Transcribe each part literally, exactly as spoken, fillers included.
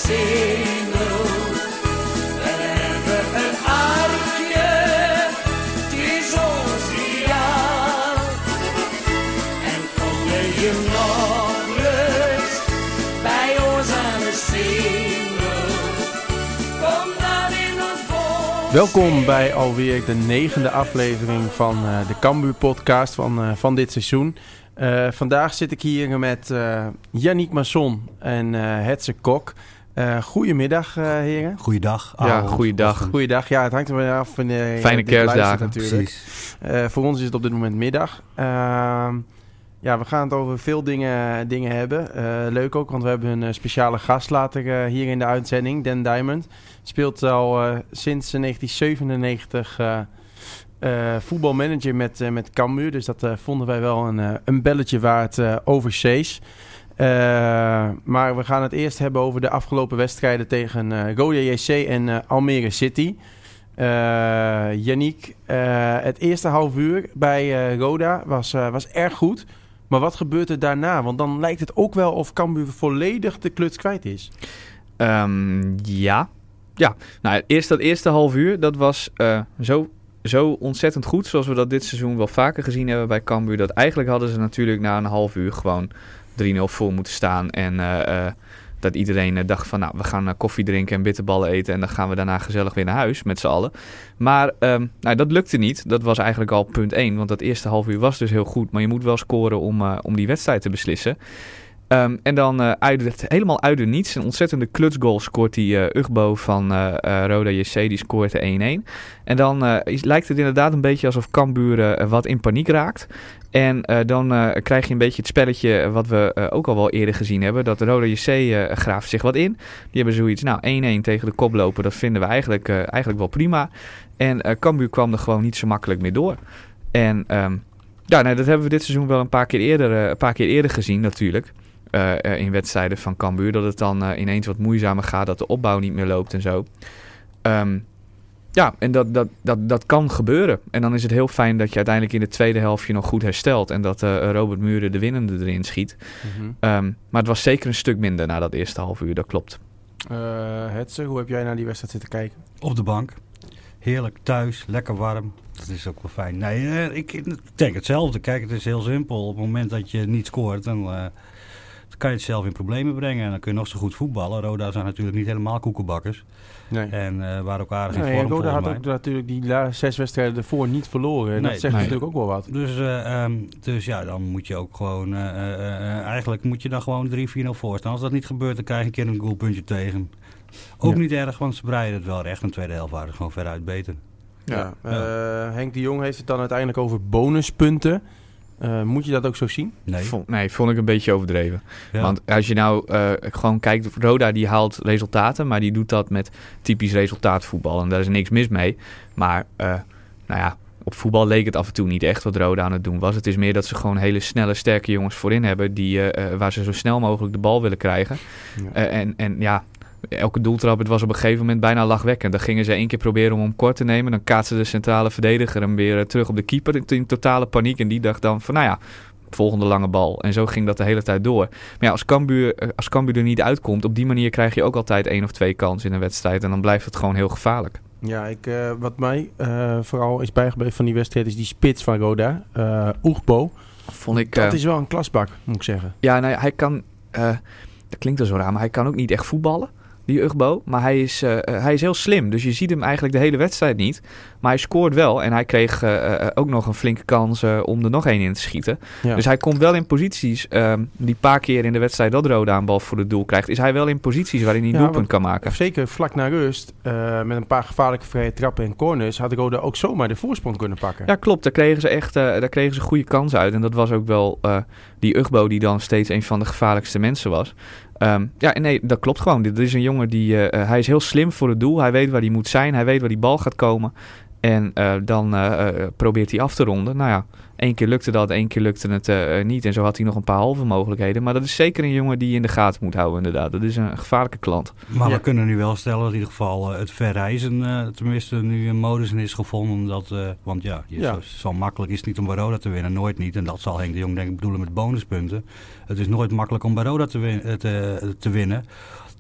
singel. We hebben een aardje, het is ons ideaal. En kom je nog eens bij ons aan de singel. Kom dan in ons bos. Welkom bij alweer de negende aflevering van uh, de Cambuur podcast van, uh, van dit seizoen. Uh, vandaag zit ik hier met uh, Yannick Masson en uh, Hetze Kok. Uh, goedemiddag, uh, heren. Goeiedag. Ja, goeiedag. Goeiedag. Ja, het hangt er weer af van de Fijne kerstdagen natuurlijk. Precies. Uh, voor ons is het op dit moment middag. Uh, ja, we gaan het over veel dingen, dingen hebben. Uh, leuk ook, want we hebben een uh, speciale gast later uh, hier in de uitzending. Dan Diamond. Speelt al uh, sinds negentien zevenennegentig uh, uh, voetbalmanager met, uh, met Cambuur. Dus dat uh, vonden wij wel een, uh, een belletje waard uh, overzees. Uh, maar we gaan het eerst hebben over de afgelopen wedstrijden tegen uh, Roda J C en uh, Almere City. Uh, Yannick, uh, het eerste half uur bij uh, Roda was, uh, was erg goed. Maar wat gebeurt er daarna? Want dan lijkt het ook wel of Cambuur volledig de kluts kwijt is. Um, ja. Ja, nou, eerst dat eerste half uur, dat was uh, zo, zo ontzettend goed, zoals we dat dit seizoen wel vaker gezien hebben bij Cambuur. Dat eigenlijk hadden ze natuurlijk na een half uur gewoon drie nul voor moeten staan. En uh, uh, dat iedereen uh, dacht van, nou, we gaan uh, koffie drinken en bitterballen eten en dan gaan we daarna gezellig weer naar huis met z'n allen. Maar um, nou, dat lukte niet. Dat was eigenlijk al punt één, want dat eerste half uur was dus heel goed. Maar je moet wel scoren om, uh, om die wedstrijd te beslissen. Um, en dan uh, uit het, helemaal uit de niets, een ontzettende klutsgoal scoort die uh, Ugbo van uh, uh, Roda J C, die scoort de één-één. En dan uh, is, lijkt het inderdaad een beetje alsof Cambuur uh, wat in paniek raakt. En uh, dan uh, krijg je een beetje het spelletje wat we uh, ook al wel eerder gezien hebben, dat Roda J C uh, graaft zich wat in. Die hebben zoiets, nou één-één tegen de koploper, dat vinden we eigenlijk, uh, eigenlijk wel prima. En uh, Cambuur kwam er gewoon niet zo makkelijk meer door. En um, ja, nee, dat hebben we dit seizoen wel een paar keer eerder, uh, een paar keer eerder gezien natuurlijk. Uh, uh, in wedstrijden van Cambuur, dat het dan uh, ineens wat moeizamer gaat, dat de opbouw niet meer loopt en zo. Um, ja, en dat, dat, dat, dat kan gebeuren. En dan is het heel fijn dat je uiteindelijk in de tweede helftje nog goed herstelt en dat uh, Robert Muren de winnende erin schiet. Mm-hmm. Um, maar het was zeker een stuk minder na dat eerste half uur, dat klopt. Uh, Hetze, hoe heb jij naar die wedstrijd zitten kijken? Op de bank. Heerlijk thuis, lekker warm. Dat is ook wel fijn. Nee, uh, ik, ik denk hetzelfde. Kijk, het is heel simpel. Op het moment dat je niet scoort, dan... Uh, Dan kan je het zelf in problemen brengen en dan kun je nog zo goed voetballen. Roda zijn natuurlijk niet helemaal koekenbakkers. Nee. En uh, waren ook aardig in nee, vorm. Roda had mij. ook natuurlijk die la- zes wedstrijden ervoor niet verloren. En nee, dat zegt nee. natuurlijk ook wel wat. Dus, uh, um, dus ja, dan moet je ook gewoon... Uh, uh, uh, eigenlijk moet je dan gewoon drie vier nul voor staan. Als dat niet gebeurt, dan krijg je een keer een goalpuntje tegen. Ook ja. niet erg, want ze breiden het wel recht. Een tweede helft waren gewoon veruit beter. Ja, ja. Uh, Henk de Jong heeft het dan uiteindelijk over bonuspunten. Uh, moet je dat ook zo zien? Nee. Vond, nee, vond ik een beetje overdreven. Ja. Want als je nou uh, gewoon kijkt, Roda die haalt resultaten, maar die doet dat met typisch resultaatvoetbal. En daar is niks mis mee. Maar uh, nou ja, op voetbal leek het af en toe niet echt wat Roda aan het doen was. Het is meer dat ze gewoon hele snelle, sterke jongens voorin hebben, die, uh, uh, waar ze zo snel mogelijk de bal willen krijgen. Ja. Uh, en, en ja... Elke doeltrap, het was op een gegeven moment bijna lachwekkend. Dan gingen ze één keer proberen om hem kort te nemen. Dan kaatste de centrale verdediger hem weer terug op de keeper in, in totale paniek. En die dacht dan van, nou ja, volgende lange bal. En zo ging dat de hele tijd door. Maar ja, als Cambuur, als Cambuur er niet uitkomt, op die manier krijg je ook altijd één of twee kansen in een wedstrijd. En dan blijft het gewoon heel gevaarlijk. Ja, ik, uh, wat mij uh, vooral is bijgebleven van die wedstrijd is die spits van Roda, uh, Ugbo. Vond ik, dat uh, is wel een klasbak, moet ik zeggen. Ja, nou, hij kan, uh, dat klinkt al zo raar, maar hij kan ook niet echt voetballen. Die Ugbo, maar hij is, uh, hij is heel slim. Dus je ziet hem eigenlijk de hele wedstrijd niet. Maar hij scoort wel. En hij kreeg uh, uh, ook nog een flinke kans uh, om er nog één in te schieten. Ja. Dus hij komt wel in posities, uh, die paar keer in de wedstrijd dat Roda een bal voor de doel krijgt, is hij wel in posities waarin hij een ja, doelpunt kan maken. Zeker vlak na rust, uh, met een paar gevaarlijke vrije trappen en corners, had Roda ook zomaar de voorsprong kunnen pakken. Ja, klopt. Daar kregen ze echt uh, daar kregen ze goede kansen uit. En dat was ook wel uh, die Ugbo die dan steeds een van de gevaarlijkste mensen was. Um, ja, nee, dat klopt gewoon. Dit is een jongen die, uh, hij is heel slim voor het doel. Hij weet waar hij moet zijn. Hij weet waar die bal gaat komen. En uh, dan uh, uh, probeert hij af te ronden. Nou ja, één keer lukte dat, één keer lukte het uh, niet. En zo had hij nog een paar halve mogelijkheden. Maar dat is zeker een jongen die je in de gaten moet houden, inderdaad. Dat is een gevaarlijke klant. Maar ja. we kunnen nu wel stellen dat in ieder geval uh, het verreizen uh, tenminste nu een modus in is gevonden. Omdat, uh, want ja, je ja. Zo, zo makkelijk is het niet om bij Roda te winnen. Nooit niet. En dat zal Henk de Jong denk ik bedoelen met bonuspunten. Het is nooit makkelijk om bij Roda te, win- te, te winnen.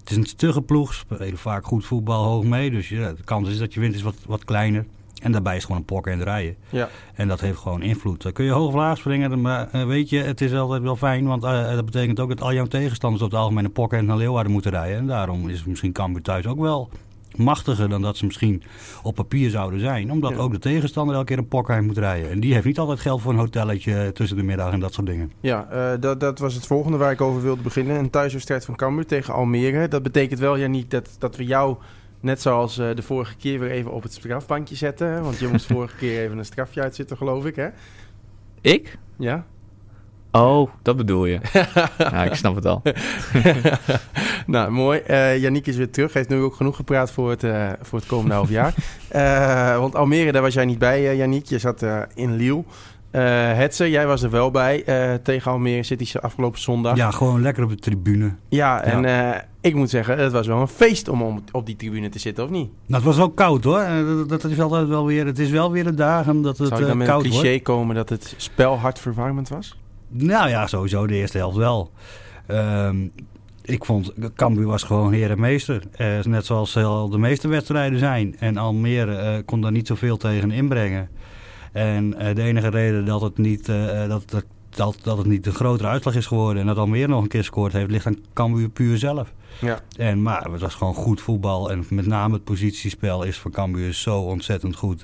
het is een stugge ploeg. Ze spelen vaak goed voetbal, hoog mee. Dus ja, de kans is dat je wint is wat, wat kleiner. En daarbij is het gewoon een pokken en rijden. Ja. En dat heeft gewoon invloed. Dan kun je hoog of laag springen, maar uh, weet je, het is altijd wel fijn. Want uh, dat betekent ook dat al jouw tegenstanders op het algemeen een pokken en naar Leeuwarden moeten rijden. En daarom is misschien Cambuur thuis ook wel machtiger dan dat ze misschien op papier zouden zijn. Omdat ja. ook de tegenstander elke keer een pokker moet rijden. En die heeft niet altijd geld voor een hotelletje tussen de middag en dat soort dingen. Ja, uh, dat, dat was het volgende waar ik over wilde beginnen. Een thuiswedstrijd van Cambuur tegen Almere. Dat betekent wel, Yannick, dat, dat we jou net zoals uh, de vorige keer weer even op het strafbankje zetten. Hè? Want je moest vorige keer even een strafje uitzitten, geloof ik, hè? Ik? Ja. Oh, dat bedoel je. Ja, ik snap het al. Nou, mooi. Uh, Yannick is weer terug. Heeft nu ook genoeg gepraat voor het, uh, voor het komende half jaar. Uh, want Almere, daar was jij niet bij, uh, Yannick. Je zat uh, in Lille. Uh, Hetze, jij was er wel bij uh, tegen Almere City afgelopen zondag. Ja, gewoon lekker op de tribune. Ja, en ja. Uh, ik moet zeggen, het was wel een feest om, om op die tribune te zitten, of niet? Nou, het was ook koud, hoor. Uh, dat is altijd wel weer, het is wel weer de dagen dat het Zou ik dan uh, met koud een cliché wordt. komen dat het spel hartverwarmend was? Nou ja, sowieso de eerste helft wel. Um, ik vond, Cambuur was gewoon heer en meester. Uh, net zoals uh, de meeste wedstrijden zijn. En Almere uh, kon daar niet zoveel tegen inbrengen. En uh, de enige reden dat het niet, uh, dat, dat, dat, dat het niet een grotere uitslag is geworden en dat Almere nog een keer scoort heeft, ligt aan Cambuur puur zelf. Ja. En, maar het was gewoon goed voetbal. En met name het positiespel is van Cambuur zo ontzettend goed.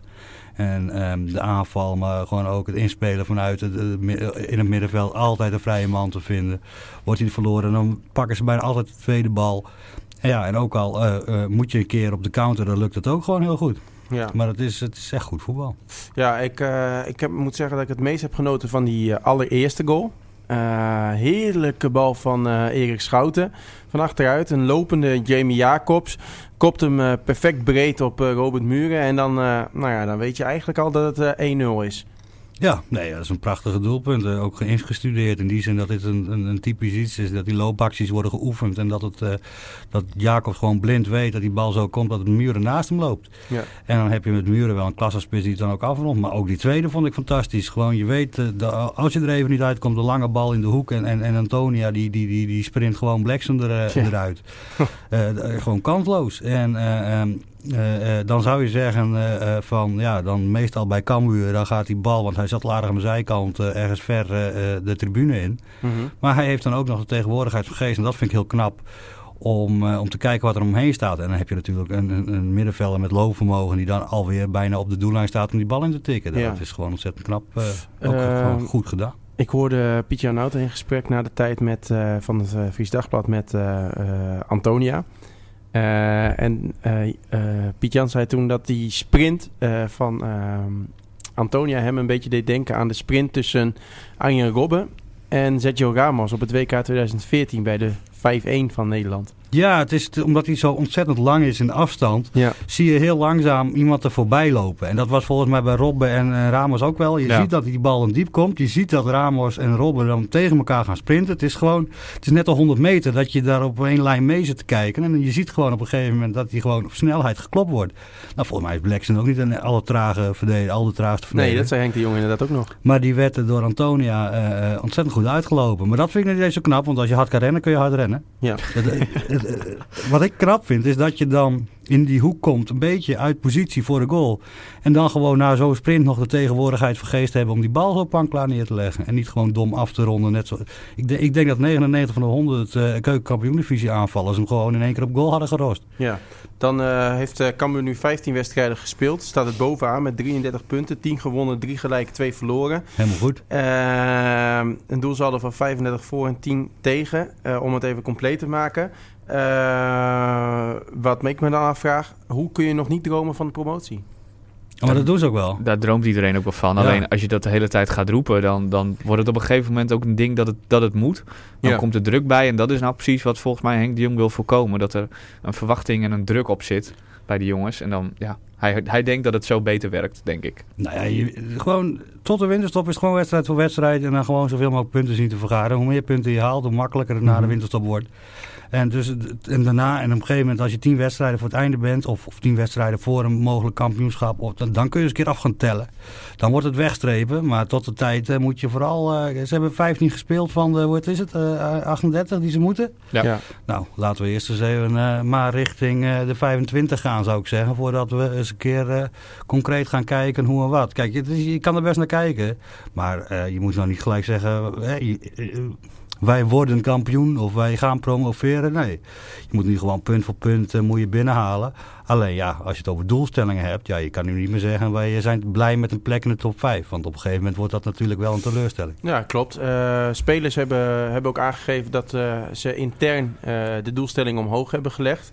En um, de aanval, maar gewoon ook het inspelen vanuit het, uh, in het middenveld altijd een vrije man te vinden. Wordt hij verloren, dan pakken ze bijna altijd de tweede bal. En ja, en ook al uh, uh, moet je een keer op de counter, dan lukt het ook gewoon heel goed. Ja. Maar het is, het is echt goed voetbal. Ja, ik, uh, ik heb, moet zeggen dat ik het meest heb genoten van die uh, allereerste goal. Uh, heerlijke bal van uh, Erik Schouten. Van achteruit, een lopende Jamie Jacobs. Kopt hem uh, perfect breed op uh, Robert Muren. En dan, uh, nou ja, dan weet je eigenlijk al dat het uh, één nul is. Ja, nee, dat is een prachtige doelpunt. Uh, ook geïngestudeerd in die zin dat dit een, een, een typisch iets is. Dat die loopacties worden geoefend. En dat, het, uh, dat Jacobs gewoon blind weet dat die bal zo komt dat het Muren naast hem loopt. Ja. En dan heb je met Muren wel een klassenspits die het dan ook afrondt. Maar ook die tweede vond ik fantastisch. Gewoon, je weet, uh, de, als je er even niet uitkomt, de lange bal in de hoek. En, en, en Antonia, die, die, die, die sprint gewoon bliksem er, uh, ja. eruit. uh, uh, gewoon kansloos. En uh, um, Uh, uh, dan zou je zeggen uh, uh, van ja, dan meestal bij Cambuur, dan gaat die bal, want hij zat laag aan de zijkant uh, ergens ver uh, de tribune in. Mm-hmm. Maar hij heeft dan ook nog de tegenwoordigheid van geest en dat vind ik heel knap om, uh, om te kijken wat er omheen staat. En dan heb je natuurlijk een, een, een middenvelder met loopvermogen die dan alweer bijna op de doellijn staat om die bal in te tikken. Ja. Dat is gewoon ontzettend knap, uh, ook uh, gewoon goed gedaan. Ik hoorde Piet-Jan Houten in gesprek na de tijd met, uh, van het uh, Fries Dagblad met uh, uh, Antonia. Uh, en uh, uh, Piet-Jan zei toen dat die sprint uh, van uh, Antonia hem een beetje deed denken aan de sprint tussen Arjen Robben en Sergio Ramos op het W K twintig veertien bij de vijf-één van Nederland. Ja, het is, omdat hij zo ontzettend lang is in afstand, ja. zie je heel langzaam iemand er voorbij lopen. En dat was volgens mij bij Robben en uh, Ramos ook wel. Je ja. ziet dat die bal in diep komt. Je ziet dat Ramos en Robben dan tegen elkaar gaan sprinten. Het is gewoon, het is net al honderd meter dat je daar op één lijn mee zit te kijken. En je ziet gewoon op een gegeven moment dat hij gewoon op snelheid geklopt wordt. Nou, volgens mij is Blackson ook niet een alle trage verdediger, al de traagste verdediger. Nee, dat zei Henk de Jong inderdaad ook nog. Maar die werd er door Antonia uh, ontzettend goed uitgelopen. Maar dat vind ik niet eens zo knap, want als je hard kan rennen, kun je hard rennen. Ja. Wat ik knap vind, is dat je dan in die hoek komt, een beetje uit positie voor de goal. En dan gewoon na zo'n sprint nog de tegenwoordigheid van geest hebben om die bal zo panklaar neer te leggen. En niet gewoon dom af te ronden. Net zo. Ik, de, ik denk dat negenennegentig van de honderd uh, keukenkampioen-divisie aanvallers hem gewoon in één keer op goal hadden gerost. Ja, dan uh, heeft uh, Cambuur nu vijftien wedstrijden gespeeld. Staat het bovenaan met drieëndertig punten. tien gewonnen, drie gelijk, twee verloren. Helemaal goed. Uh, een doelsaldo van vijfendertig voor en tien tegen. Uh, om het even compleet te maken. Uh, wat ik me dan afvraag, hoe kun je nog niet dromen van de promotie? Oh, maar dat doen ze ook wel. Daar droomt iedereen ook wel van. Ja. Alleen als je dat de hele tijd gaat roepen, dan, dan wordt het op een gegeven moment ook een ding dat het, dat het moet. Dan ja. komt er druk bij en dat is nou precies wat volgens mij Henk de Jong wil voorkomen. Dat er een verwachting en een druk op zit bij de jongens. En dan, ja, Hij, hij denkt dat het zo beter werkt, denk ik. Nou ja, je, gewoon tot de winterstop is het gewoon wedstrijd voor wedstrijd. En dan gewoon zoveel mogelijk punten zien te vergaren. Hoe meer punten je haalt, hoe makkelijker het na de winterstop wordt. En, dus, en daarna, en op een gegeven moment, als je tien wedstrijden voor het einde bent, of, of tien wedstrijden voor een mogelijk kampioenschap, of, dan, dan kun je eens een keer af gaan tellen. Dan wordt het wegstrepen, maar tot de tijd uh, moet je vooral... Uh, ze hebben vijftien gespeeld van de, wat is het, uh, achtendertig die ze moeten. Ja. Ja. Nou, laten we eerst eens even uh, maar richting uh, de vijfentwintig gaan, zou ik zeggen, voordat we eens een keer uh, concreet gaan kijken hoe en wat. Kijk, je, je kan er best naar kijken, maar uh, je moet nou niet gelijk zeggen... Uh, uh, uh, wij worden kampioen of wij gaan promoveren. Nee, je moet nu gewoon punt voor punt uh, moet je binnenhalen. Alleen ja, als je het over doelstellingen hebt, ja, je kan nu niet meer zeggen wij zijn blij met een plek in de top vijf. Want op een gegeven moment wordt dat natuurlijk wel een teleurstelling. Ja, klopt. Uh, spelers hebben, hebben ook aangegeven dat uh, ze intern uh, de doelstelling omhoog hebben gelegd.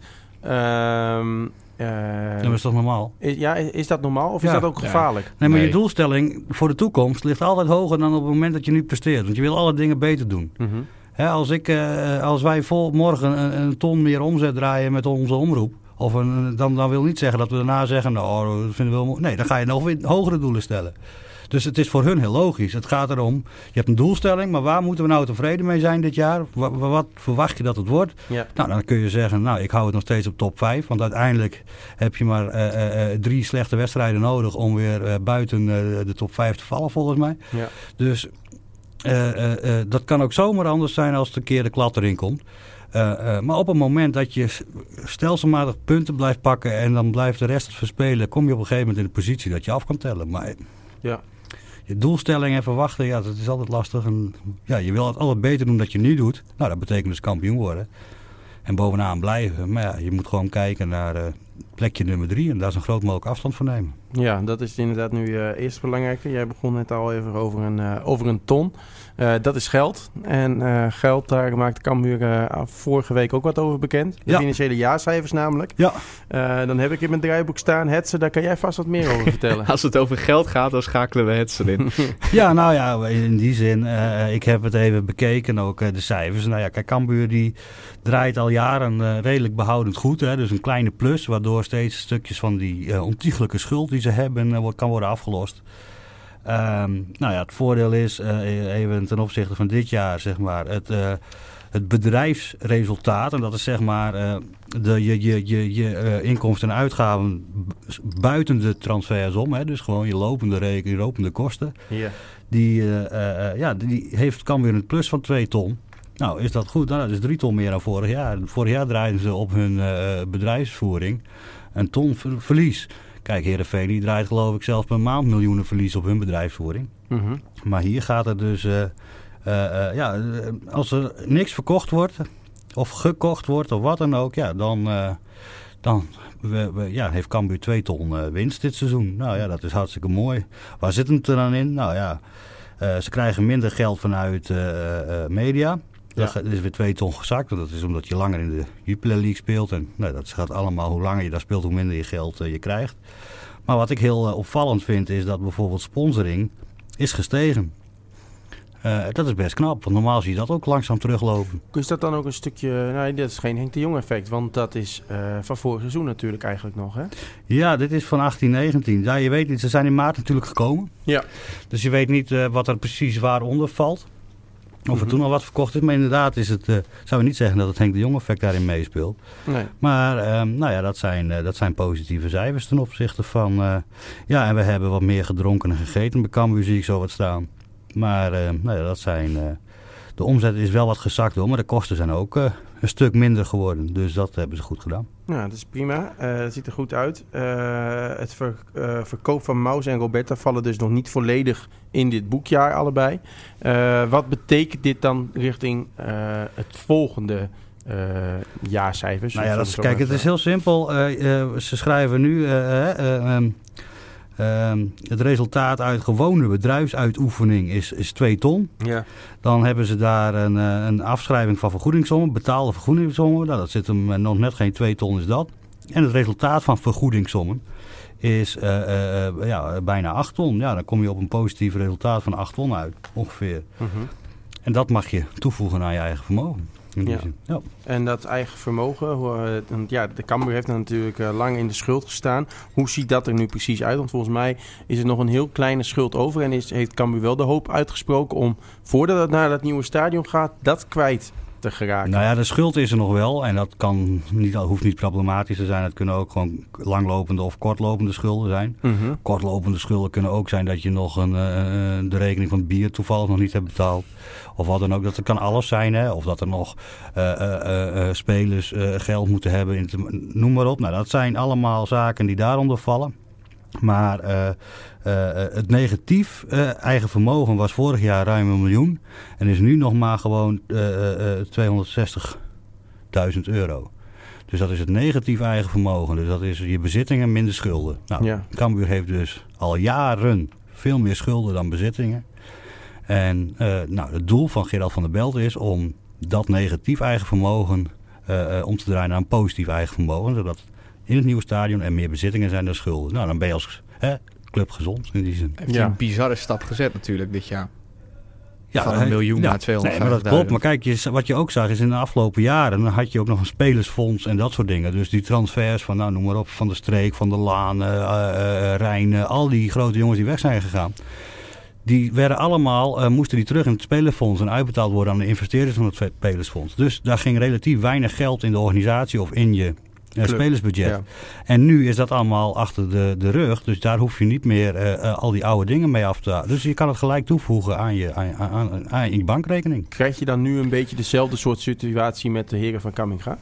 Um, Uh, dat is toch normaal? Is, ja, is, is dat normaal of ja. is dat ook gevaarlijk? Ja. Nee, maar nee. je doelstelling voor de toekomst ligt altijd hoger dan op het moment dat je nu presteert. Want je wil alle dingen beter doen. Mm-hmm. Hè, als, ik, uh, als wij vol morgen een, een ton meer omzet draaien met onze omroep, of een, dan, dan wil niet zeggen dat we daarna zeggen, nou, dat vinden we wel mooi. Nee, dan ga je nog weer hogere doelen stellen. Dus het is voor hun heel logisch. Het gaat erom, je hebt een doelstelling, maar waar moeten we nou tevreden mee zijn dit jaar? Wat, wat verwacht je dat het wordt? Ja. Nou, dan kun je zeggen, nou, ik hou het nog steeds op top vijf. Want uiteindelijk heb je maar uh, uh, drie slechte wedstrijden nodig om weer uh, buiten uh, de top vijf te vallen, volgens mij. Ja. Dus uh, uh, uh, dat kan ook zomaar anders zijn als de keer de klad erin komt. Uh, uh, maar op het moment dat je stelselmatig punten blijft pakken en dan blijft de rest het verspelen, kom je op een gegeven moment in de positie dat je af kan tellen. Maar Ja. je doelstelling en verwachten, ja, dat is altijd lastig. En, ja, je wil het altijd beter doen dan je nu doet. Nou, dat betekent dus kampioen worden. En bovenaan blijven. Maar ja, je moet gewoon kijken naar uh, plekje nummer drie. En daar is een groot mogelijk afstand van nemen. Ja, dat is inderdaad nu uh, eerst belangrijke. Jij begon net al even over een, uh, over een ton. Uh, dat is geld. En uh, geld, daar maakte Cambuur uh, vorige week ook wat over bekend. De ja. financiële jaarcijfers namelijk. Ja. Uh, dan heb ik in mijn draaiboek staan. Hetze, daar kan jij vast wat meer over vertellen. Als het over geld gaat, dan schakelen we Hetze in. Ja, nou ja, in die zin. Uh, ik heb het even bekeken, ook uh, de cijfers. Nou ja, kijk, Cambuur die draait al jaren uh, redelijk behoudend goed. Hè? Dus een kleine plus, waardoor steeds stukjes van die uh, ontiegelijke schuld die ze hebben, uh, kan worden afgelost. Um, nou ja, het voordeel is, uh, even ten opzichte van dit jaar, zeg maar, het, uh, het bedrijfsresultaat. En dat is zeg maar uh, de, je, je, je, je uh, inkomsten en uitgaven buiten de transfers om. Hè, dus gewoon je lopende rekening, lopende kosten. Ja. Die, uh, uh, ja, die heeft Cambuur een plus van twee ton. Nou, is dat goed? Nou, dat is drie ton meer dan vorig jaar. Vorig jaar draaiden ze op hun uh, bedrijfsvoering een ton ver- verlies. Kijk, Heerenveen die draait geloof ik zelfs per maand miljoenen verlies op hun bedrijfsvoering. Mm-hmm. Maar hier gaat het dus, uh, uh, uh, ja, als er niks verkocht wordt of gekocht wordt of wat dan ook, ja, dan, uh, dan we, we, ja, heeft Cambuur twee ton uh, winst dit seizoen. Nou ja, dat is hartstikke mooi. Waar zit het er dan in? Nou ja, uh, ze krijgen minder geld vanuit uh, uh, media. Dat Ja. is weer twee ton gezakt. Dat is omdat je langer in de Jupiler League speelt. En nou, dat gaat allemaal, hoe langer je daar speelt, hoe minder je geld uh, je krijgt. Maar wat ik heel uh, opvallend vind, is dat bijvoorbeeld sponsoring is gestegen. Uh, dat is best knap, want normaal zie je dat ook langzaam teruglopen. Is dat dan ook een stukje... Nee, dat is geen Henk de Jong effect. Want dat is uh, van vorig seizoen natuurlijk eigenlijk nog, hè? Ja, dit is van achttien negentien. Ja, je weet niet, ze zijn in maart natuurlijk gekomen. Ja. Dus je weet niet uh, wat er precies waaronder valt. Of er Mm-hmm. toen al wat verkocht is. Maar inderdaad is het, uh, zou je niet zeggen dat het Henk de Jong effect daarin meespeelt. Nee. Maar um, nou ja, dat zijn, uh, dat zijn positieve cijfers ten opzichte van... Uh, ja, en we hebben wat meer gedronken en gegeten. Bij Cambuur zie ik zo wat staan. Maar uh, nou ja, dat zijn... Uh, de omzet is wel wat gezakt hoor, maar de kosten zijn ook uh, een stuk minder geworden. Dus dat hebben ze goed gedaan. Nou, dat is prima. Uh, het ziet er goed uit. Uh, het ver, uh, verkoop van Maus en Roberta vallen dus nog niet volledig in dit boekjaar allebei. Uh, wat betekent dit dan richting uh, het volgende uh, jaarcijfers? Nou ja, dat is, Zo kijk, maar het is zo. heel simpel. Uh, uh, ze schrijven nu... Uh, uh, um, Um, het resultaat uit gewone bedrijfsuitoefening is, is twee ton. Ja. Dan hebben ze daar een, uh, een afschrijving van vergoedingssommen, betaalde vergoedingssommen. Nou, dat zit hem uh, nog net geen twee ton is dat. En het resultaat van vergoedingssommen is uh, uh, uh, ja, bijna acht ton. Ja, dan kom je op een positief resultaat van acht ton uit, ongeveer. Mm-hmm. En dat mag je toevoegen aan je eigen vermogen. In die Ja. zin. Ja. En dat eigen vermogen, hoe, uh, want ja, de Cambuur heeft natuurlijk uh, lang in de schuld gestaan. Hoe ziet dat er nu precies uit? Want volgens mij is er nog een heel kleine schuld over. En is, heeft Cambuur wel de hoop uitgesproken om, voordat het naar dat nieuwe stadion gaat, dat kwijt te geraken. Nou ja, de schuld is er nog wel. En dat kan niet, hoeft niet problematisch te zijn. Het kunnen ook gewoon langlopende of kortlopende schulden zijn. Mm-hmm. Kortlopende schulden kunnen ook zijn dat je nog een, uh, de rekening van het bier toevallig nog niet hebt betaald. Of wat dan ook. Dat kan alles zijn. Hè? Of dat er nog uh, uh, uh, spelers uh, geld moeten hebben. In te, noem maar op. Nou, dat zijn allemaal zaken die daaronder vallen. Maar uh, uh, het negatief uh, eigen vermogen was vorig jaar ruim een miljoen. En is nu nog maar gewoon uh, uh, tweehonderdzestigduizend euro. Dus dat is het negatief eigen vermogen. Dus dat is je bezittingen minder schulden. Nou, Ja. Cambuur heeft dus al jaren veel meer schulden dan bezittingen. En uh, nou, het doel van Gerald van der Belt is om dat negatief eigen vermogen uh, uh, om te draaien naar een positief eigen vermogen. Zodat in het nieuwe stadion er meer bezittingen zijn dan schulden. Nou, dan ben je als hè, club gezond in die zin. Heeft Ja. een bizarre stap gezet natuurlijk dit jaar. Ja, Van een miljoen naar tweehonderdvijftigduizend. Nee, maar dat klopt. Maar kijk, je, wat je ook zag is in de afgelopen jaren, dan had je ook nog een spelersfonds en dat soort dingen. Dus die transfers van, nou noem maar op, Van de Streek, Van der Laan, uh, uh, Rijn, uh, al die grote jongens die weg zijn gegaan. Die werden allemaal, uh, moesten die terug in het spelersfonds en uitbetaald worden aan de investeerders van het spelersfonds. Dus daar ging relatief weinig geld in de organisatie of in je uh, spelersbudget. Ja. En nu is dat allemaal achter de, de rug. Dus daar hoef je niet meer uh, uh, al die oude dingen mee af te halen. Dus je kan het gelijk toevoegen aan je, aan, aan, aan je bankrekening. Krijg je dan nu een beetje dezelfde soort situatie met de heren van Kamminga?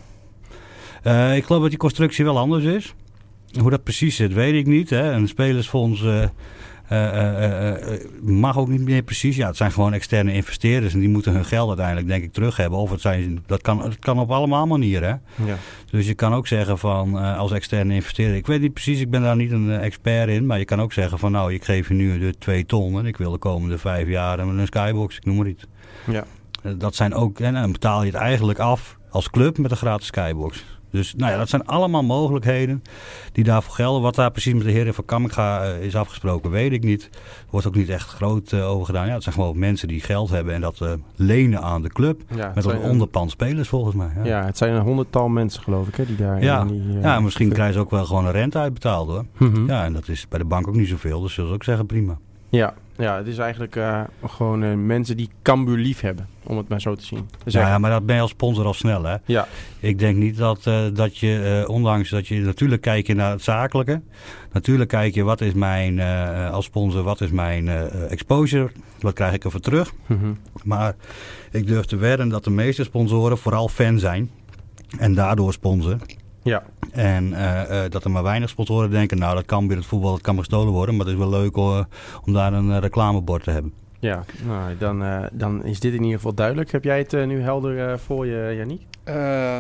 Uh, ik geloof dat die constructie wel anders is. Hoe dat precies zit, weet ik niet. Hè. Een spelersfonds uh, uh, uh, uh, mag ook niet meer precies. Ja, het zijn gewoon externe investeerders en die moeten hun geld uiteindelijk denk ik terug hebben. Of het zijn, dat kan, het kan op allemaal manieren. Hè. Ja. Dus je kan ook zeggen van uh, als externe investeerder, ik weet niet precies, ik ben daar niet een uh, expert in, maar je kan ook zeggen van nou, ik geef je nu de twee ton en ik wil de komende vijf jaar een skybox, ik noem maar iets. Ja. Uh, dat zijn ook, en dan betaal je het eigenlijk af als club met een gratis skybox. Dus nou ja, dat zijn allemaal mogelijkheden die daarvoor gelden. Wat daar precies met de heren van Kamminga uh, is afgesproken, weet ik niet. Er wordt ook niet echt groot uh, over gedaan. Ja, het zijn gewoon mensen die geld hebben en dat uh, lenen aan de club. Ja, met een zijn, onderpand spelers volgens mij. Ja, ja, het zijn een honderdtal mensen geloof ik hè, die daar... ja. in die, uh, ja misschien krijgen ze ook wel gewoon een rente uitbetaald hoor. Mm-hmm. Ja, en dat is bij de bank ook niet zoveel. Dus zullen ze ook zeggen prima. Ja, ja, het is eigenlijk uh, gewoon uh, mensen die Cambuur lief hebben, om het maar zo te zien. Dus Ja, maar dat ben je als sponsor al snel hè. Ja. Ik denk niet dat, uh, dat je, uh, ondanks dat je natuurlijk kijk je naar het zakelijke. Natuurlijk kijk je wat is mijn, uh, als sponsor, wat is mijn uh, exposure. Wat krijg ik ervoor terug. Mm-hmm. Maar ik durf te wedden dat de meeste sponsoren vooral fan zijn. En daardoor sponsoren. Ja. En uh, uh, dat er maar weinig sponsoren denken, nou dat kan weer het voetbal, dat kan maar gestolen worden. Maar het is wel leuk uh, om daar een uh, reclamebord te hebben. Ja, nou, dan, uh, dan is dit in ieder geval duidelijk. Heb jij het uh, nu helder uh, voor je, Yannick? Uh,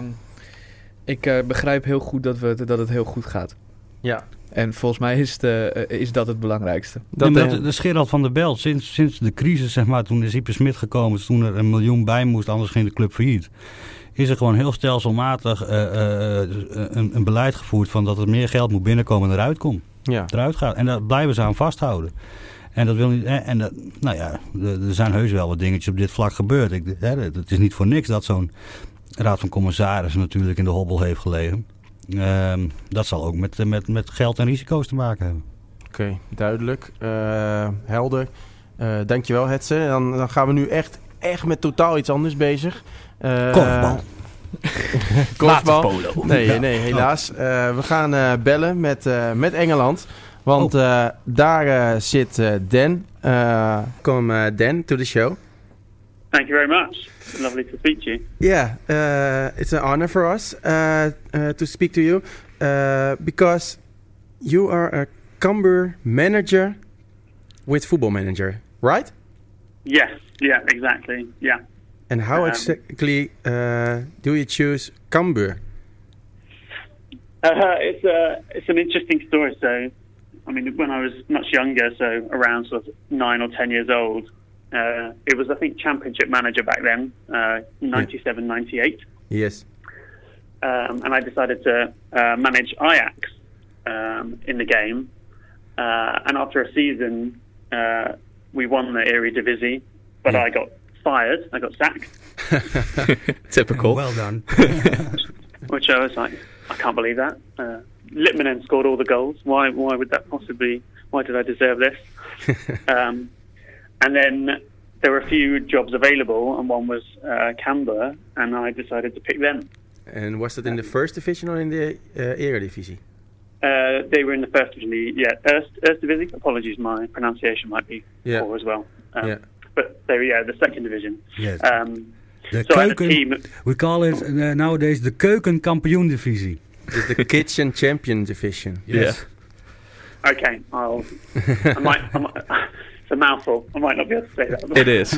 ik uh, begrijp heel goed dat, we, dat het heel goed gaat. Ja. En volgens mij is, het, uh, is dat het belangrijkste. Dat, ja, uh, dat, de Gerald van der Belt, sinds, sinds de crisis, zeg maar, toen is Ieper Smit gekomen, toen er een miljoen bij moest, anders ging de club failliet. Is er gewoon heel stelselmatig uh, uh, een, een beleid gevoerd van dat er meer geld moet binnenkomen en eruit komt. Ja. Eruit gaat. En daar blijven ze aan vasthouden. En dat wil niet. En dat, nou ja, er zijn heus wel wat dingetjes op dit vlak gebeurd. Ik, hè, het is niet voor niks dat zo'n raad van commissarissen natuurlijk in de hobbel heeft gelegen. Uh, dat zal ook met, met, met geld en risico's te maken hebben. Oké, okay, duidelijk. Uh, helder. Uh, dankjewel, Hetze. Dan, dan gaan we nu echt, echt met totaal iets anders bezig. Uh, Korfbal. Korfbal. Nee, ja. nee, helaas. Uh, we gaan uh, bellen met, uh, met Engeland. Want oh. uh, daar uh, zit uh, Dan. Uh, come uh, Dan to the show. Thank you very much. Lovely to speak to you. Yeah, uh, it's an honor for us uh, uh, to speak to you. Uh, because you are a Cambuur manager with Football Manager, right? Yes, yeah, exactly, yeah. And how um, exactly uh, do you choose Cambuur? Uh, it's a it's an interesting story. So, I mean, when I was much younger, so around sort of nine or ten years old, uh, it was I think Championship manager back then, uh, ninety-seven, ninety-eight. Yes. Um, and I decided to uh, manage Ajax um, in the game. Uh, and after a season, uh, we won the Eredivisie, but yeah. I got fired. I got sacked, Typical. Well done. which I was like, I can't believe that. Uh, Litmanen scored all the goals. Why? Why would that possibly? Why did I deserve this? um, and then there were a few jobs available, and one was uh, Canberra, and I decided to pick them. And was that in the first division or in the uh, Eredivisie? Uh, they were in the first division, yeah, Eerst, Eerste Apologies, my pronunciation might be Yeah. poor as well. Um, Yeah. But they were, yeah, the second division. Yes. Um, The so I had a keuken, team. we call it uh, nowadays the keukenkampioen-divisie. It's the kitchen champion division. Yes. Okay, I'll. I might. I might it's a mouthful. I might not be able to say that. It is.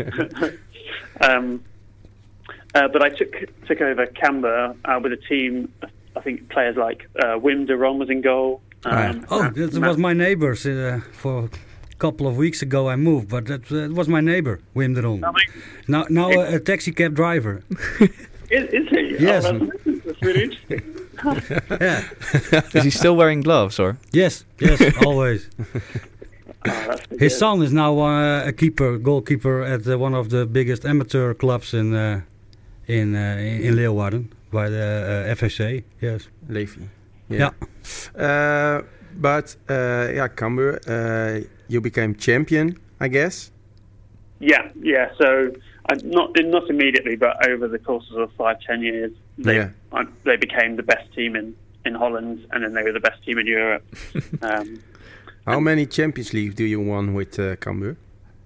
um, uh, but I took took over Canberra uh, with a team. I think players like uh, Wim de Ron was in goal. Um, Oh, uh, that Ma- was my neighbors. Uh, for a couple of weeks ago I moved, but that uh, was my neighbor, Wim de Ron. I mean, Now, now uh, a taxi cab driver. is, is he? Yes. Oh, that's, that's really interesting. Yeah. Is he still wearing gloves, or? Yes, yes, always. Oh, that's good. His son is now uh, a keeper, goalkeeper at uh, one of the biggest amateur clubs in uh, in uh, in Leeuwarden by the uh, F S C. Yes. Levi. Yeah. Uh, but uh, yeah, Cambuur, uh, you became champion, I guess. Yeah, yeah. So I, not not immediately, but over the course of five, ten years, they Yeah. I, they became the best team in, in Holland, and then they were the best team in Europe. um, How many Champions League do you won with uh, Cambuur?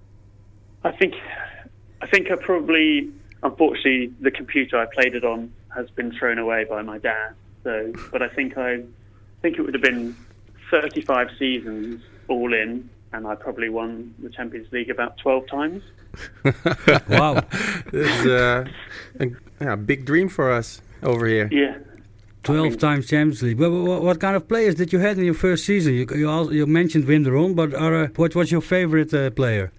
I think I think I probably, unfortunately, the computer I played it on has been thrown away by my dad. So, but I think I think it would have been thirty-five seasons all in, and I probably won the Champions League about twelve times. Wow. That's uh, a yeah, big dream for us over here. Yeah. Twelve times Champions League. But what, what kind of players did you have in your first season? You you, also, you mentioned Wim de Ron, but are, uh, what was your favorite uh, player?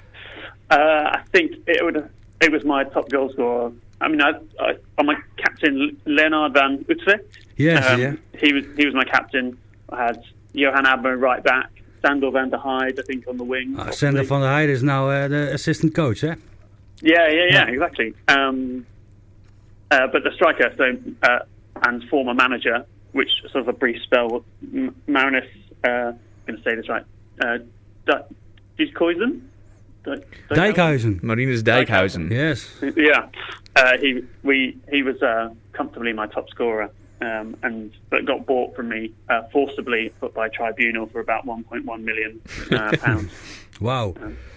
Uh, I think it would. It was my top goal scorer. I mean, I, I, I'm my captain, Leonard van Utrecht. Yes. Um, yeah. He was he was my captain. I had Johan Abbe right back, Sander van der Heide, I think, on the wing. Uh, possibly. Sander van der Heide is now uh, the assistant coach, eh? Yeah, yeah, yeah, Yeah. exactly. Um, uh, but the striker, so uh, and former manager, which sort of a brief spell, M- Marinus. Uh, I'm going to say this right. Uh, D- Dijkhuizen? Di- Dijkhuizen. Marinus Dijkhuizen. Yes. Yeah, uh, he we he was uh, comfortably my top scorer, um, and but got bought from me uh, forcibly, but by tribunal for about one point one million uh, pounds. Wow.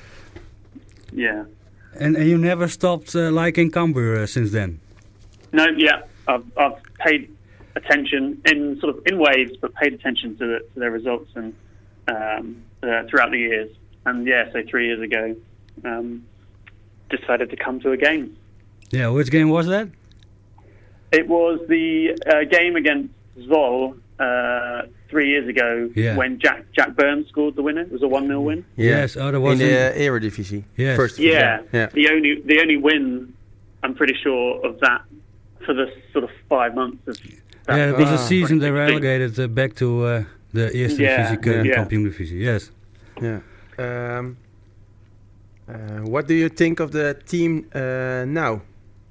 Yeah. And, and you never stopped uh, liking Cambuur uh, since then? No, yeah, I've I've paid attention in sort of in waves, but paid attention to, the, to their results and um, uh, throughout the years. And yeah, so three years ago, um, decided to come to a game. Yeah, which game was that? It was the uh, game against Zwolle uh, three years ago Yeah. when Jack Jack Burns scored the winner. It was a one nil win. Yes, oh, that was in the in- uh, Eredivisie. Yes. First division. Yeah, Yeah. the only the only win I'm pretty sure of that for the sort of five months of that. Yeah, it was a Ah. season they twenty sixteen. relegated uh, back to uh, the Eerste Yeah, Divisie, yeah. Keukenkampioen-divisie. Yes. Yeah. Um, uh, what do you think of the team uh, now?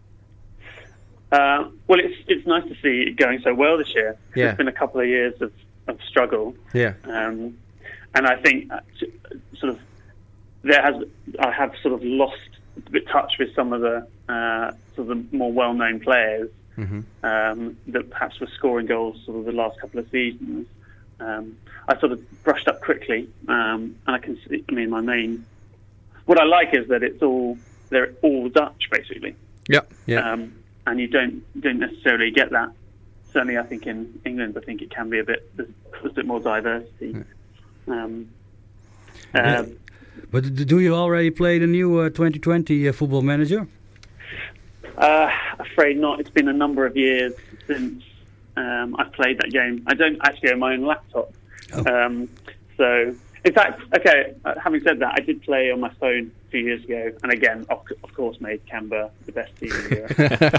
Uh, well, it's it's nice to see it going so well this year. Yeah. It's been a couple of years of, of struggle, Yeah. um, and I think uh, s- sort of there has I have sort of lost a bit touch with some of the uh, sort of the more well-known players hmm um, that perhaps were scoring goals sort of the last couple of seasons. Um, I sort of brushed up quickly, um, and I can see. I mean, my main what I like is that it's all they're all Dutch basically. Yeah. Yeah. Um, and you don't don't necessarily get that. Certainly, I think in England, I think it can be a bit there's, there's a bit more diversity. Um, Yeah. um, But d- do you already play the new uh, twenty twenty uh, Football Manager? uh, afraid not. It's been a number of years since um, I've played that game. I don't actually own my own laptop. Oh. Um, so, in fact, okay. Uh, having said that, I did play on my phone a few years ago, and again, of, of course, made Canberra the best team in Europe.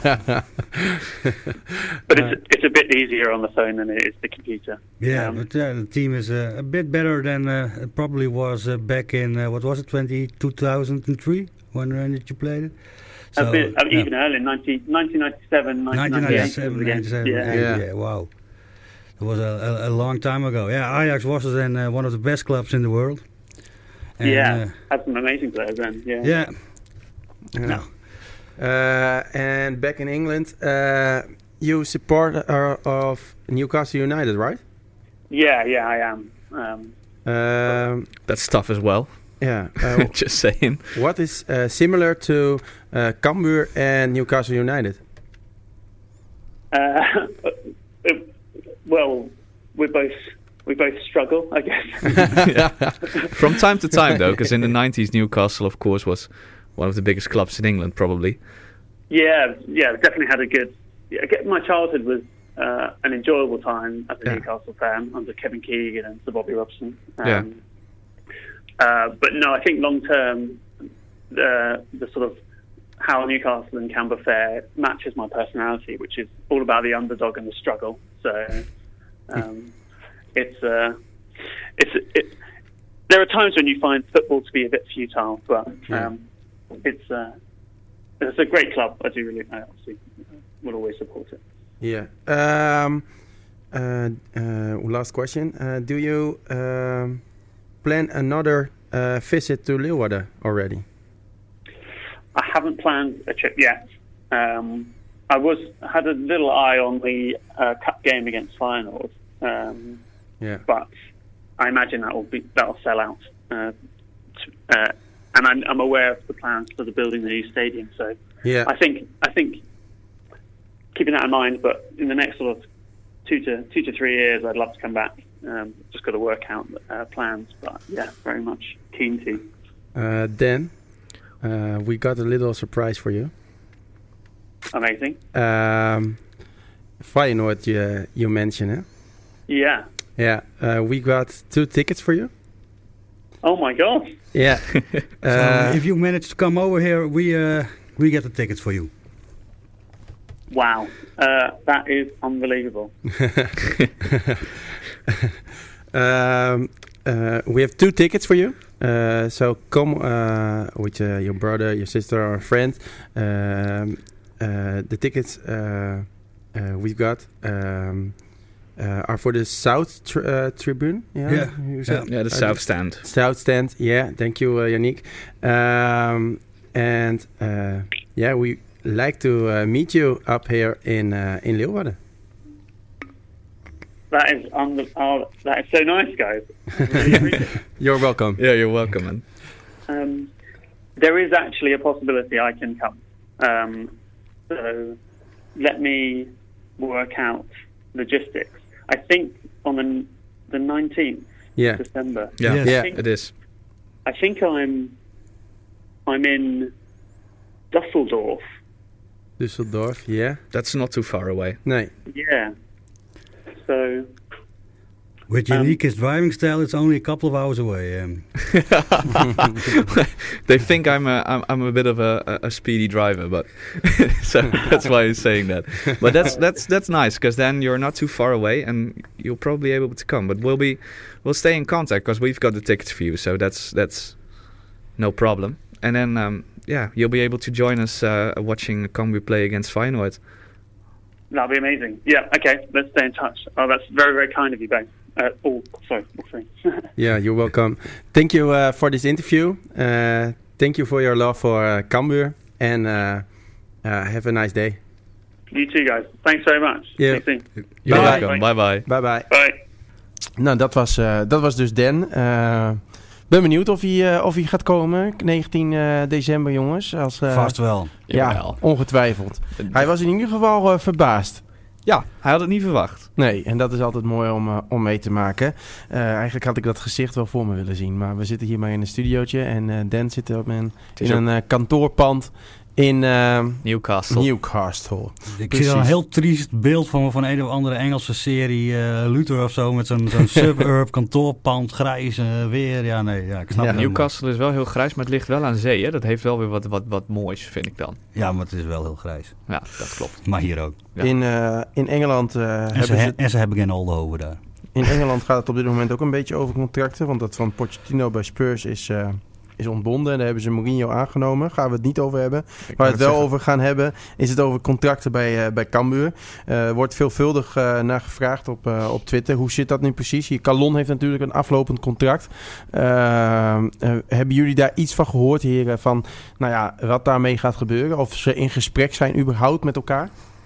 But it's it's a bit easier on the phone than it is the computer. Yeah, Um, but uh, the team is uh, a bit better than uh, it probably was uh, back in, uh, what was it, twenty, two thousand three? When, when did you play it? So, a bit, uh, yeah. even earlier, nineteen, nineteen ninety-seven, nineteen ninety-eight. nineteen ninety-seven, Yeah. yeah. Yeah. yeah, wow. It was a, a, a long time ago. Yeah, Ajax was then uh, one of the best clubs in the world. And, yeah, uh, had some amazing players then. Yeah. yeah. Yeah. No. Uh, and back in England, uh, you support uh, of Newcastle United, right? Yeah, yeah, I am. Um, Um, That's tough as well. yeah. Uh, Just saying. what is uh, similar to uh, Cambuur and Newcastle United? uh, well, we both we both struggle, I guess. From time to time, though, because in the nineties, Newcastle, of course, was one of the biggest clubs in England, probably. Yeah, yeah, definitely had a good. Yeah, I get- my childhood was uh, an enjoyable time as a Yeah. Newcastle fan under Kevin Keegan and Sir Bobby Robson. Um, Yeah. Uh, but no, I think long term, the the sort of how Newcastle and Camber fare matches my personality, which is all about the underdog and the struggle. So um, it's uh, it's it. There are times when you find football to be a bit futile, but um, it's uh, it's a great club. I do really, I obviously will always support it. Yeah. Um, uh, uh, last question. Uh, do you um, plan another uh, visit to Leeuwarden already? I haven't planned a trip yet. Um, I was had a little eye on the uh, cup game against Feyenoord, um, Yeah. but I imagine that will be that will sell out. Uh, t- uh, and I'm, I'm aware of the plans for the building the new stadium. So Yeah. I think I think keeping that in mind, but in the next sort of two to two to three years, I'd love to come back. Um, just got to work out uh, plans, but yeah, very much keen to. Uh, Dan, uh, we got a little surprise for you. Amazing. Um, Feyenoord, you, you mentioned, eh? Yeah. Yeah. Uh, we got two tickets for you. Oh my God. Yeah. So uh, if you manage to come over here, we uh, we get the tickets for you. Wow, uh, that is unbelievable. um, uh, we have two tickets for you. Uh, so come uh, with uh, your brother, your sister, or a friend. Um, uh, the tickets uh, uh, we've got um, uh, are for the South tr- uh, Tribune. Yeah, Yeah. You said? Yeah, the Uh, South Stand. South Stand. Yeah, thank you, uh, Yannick. Um, and uh, yeah, we like to uh, meet you up here in uh, in Leeuwarden. That is un- oh, that is so nice, guys. Really appreciate it. You're welcome. Yeah, you're welcome, man. Um, there is actually a possibility I can come. Um, so let me work out logistics. I think on the the nineteenth Yeah. of December. Yeah, Yes. Yeah. it is. I think I'm I'm in Dusseldorf. Düsseldorf. Yeah. That's not too far away. Nee. Yeah. So With Um, Yannick's driving style, it's only a couple of hours away. Um, They think I'm a I'm, I'm a bit of a, a, a speedy driver, but so that's why he's saying that. But that's that's that's nice because then you're not too far away and you'll probably be able to come. But we'll be we'll stay in contact because we've got the tickets for you, so that's that's no problem. And then um, yeah, you'll be able to join us uh, watching Cambuur play against Feyenoord. that'll be amazing. Yeah. Okay. Let's stay in touch. Oh, that's very very kind of you both. Uh, all sorry, all three. Yeah, you're welcome. Thank you uh, for this interview. Uh, thank you for your love for uh, Cambuur. And uh, uh, have a nice day. You too, guys. Thanks very much. Yeah. See you soon. You're Bye. welcome. Bye bye. Bye bye. Bye. Nou, dat was, uh, dat was dus Dan. Uh, ben benieuwd of hij, uh, of hij gaat komen. negentien uh, december, jongens. Als, uh, Vast wel. Ja, Jawel. ongetwijfeld. Hij was in ieder geval uh, verbaasd. Ja, hij had het niet verwacht. Nee, en dat is altijd mooi om, uh, om mee te maken. Uh, eigenlijk had ik dat gezicht wel voor me willen zien. Maar we zitten hier maar in een studiootje. En uh, Dan zit op een, Het is in ook een uh, kantoorpand in uh, Newcastle. Newcastle. Ik Precies. zie al een heel triest beeld van, van een of andere Engelse serie, uh, Luther of zo, met zo'n zo'n suburb, kantoorpand, grijs uh, weer. Ja, nee, ja, ik snap Ja, het. Newcastle is wel heel grijs, maar het ligt wel aan zee. Hè? Dat heeft wel weer wat, wat, wat moois, vind ik dan. Ja, maar het is wel heel grijs. Ja, dat klopt. Maar hier ook. Ja. In, uh, in, Engeland, uh, En ze, hebben he- ze, en ze hebben geen olde over daar. in Engeland gaat het op dit moment ook een beetje over contracten. Want dat van Pochettino bij Spurs is, uh, is ontbonden. En daar hebben ze Mourinho aangenomen. Gaan we het niet over hebben. Ik Waar we wou het wel zeggen. over gaan hebben, is het over contracten bij, uh, bij Cambuur. Er uh, wordt veelvuldig uh, naar gevraagd op, uh, op Twitter. Hoe zit dat nu precies? Hier, Calon heeft natuurlijk een aflopend contract. Uh, uh, hebben jullie daar iets van gehoord, heren? Van nou ja, wat daarmee gaat gebeuren? Of ze in gesprek zijn überhaupt met elkaar?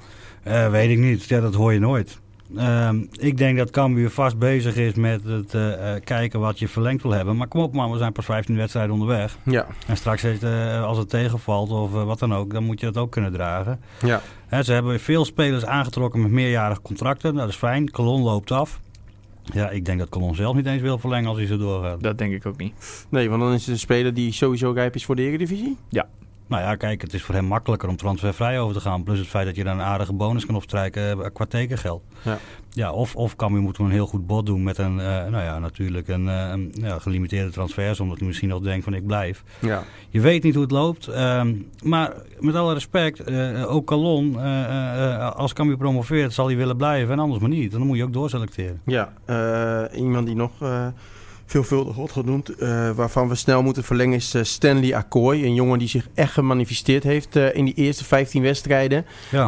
Uh, weet ik niet. Ja, dat hoor je nooit. Uh, ik denk dat Cambuur vast bezig is met het uh, uh, kijken wat je verlengd wil hebben. Maar kom op man, we zijn pas vijftien wedstrijden onderweg. Ja. En straks heeft, uh, als het tegenvalt of uh, wat dan ook, dan moet je dat ook kunnen dragen. Ja. He, ze hebben veel spelers aangetrokken met meerjarige contracten. Dat is fijn. Calon loopt af. Ja, ik denk dat Calon zelf niet eens wil verlengen als hij zo doorgaat. Dat denk ik ook niet. Nee, want dan is het een speler die sowieso rijp is voor de Eredivisie. Ja. Nou ja, kijk, het is voor hem makkelijker om transfervrij over te gaan. Plus het feit dat je dan een aardige bonus kan opstrijken uh, qua tekengeld. Ja. Ja, of, of Cambuur moet een heel goed bod doen met een, uh, nou ja, natuurlijk een, uh, een ja, gelimiteerde transfer. Omdat hij misschien nog denkt van ik blijf. Ja. Je weet niet hoe het loopt. Um, maar met alle respect, uh, ook Calon, uh, uh, als Cambuur promoveert zal hij willen blijven en anders maar niet. Dan moet je ook doorselecteren. Ja, uh, iemand die nog uh, veelvuldig wordt genoemd, uh, waarvan we snel moeten verlengen, is uh, Stanley Akkoy. Een jongen die zich echt gemanifesteerd heeft uh, in die eerste vijftien wedstrijden. Ja.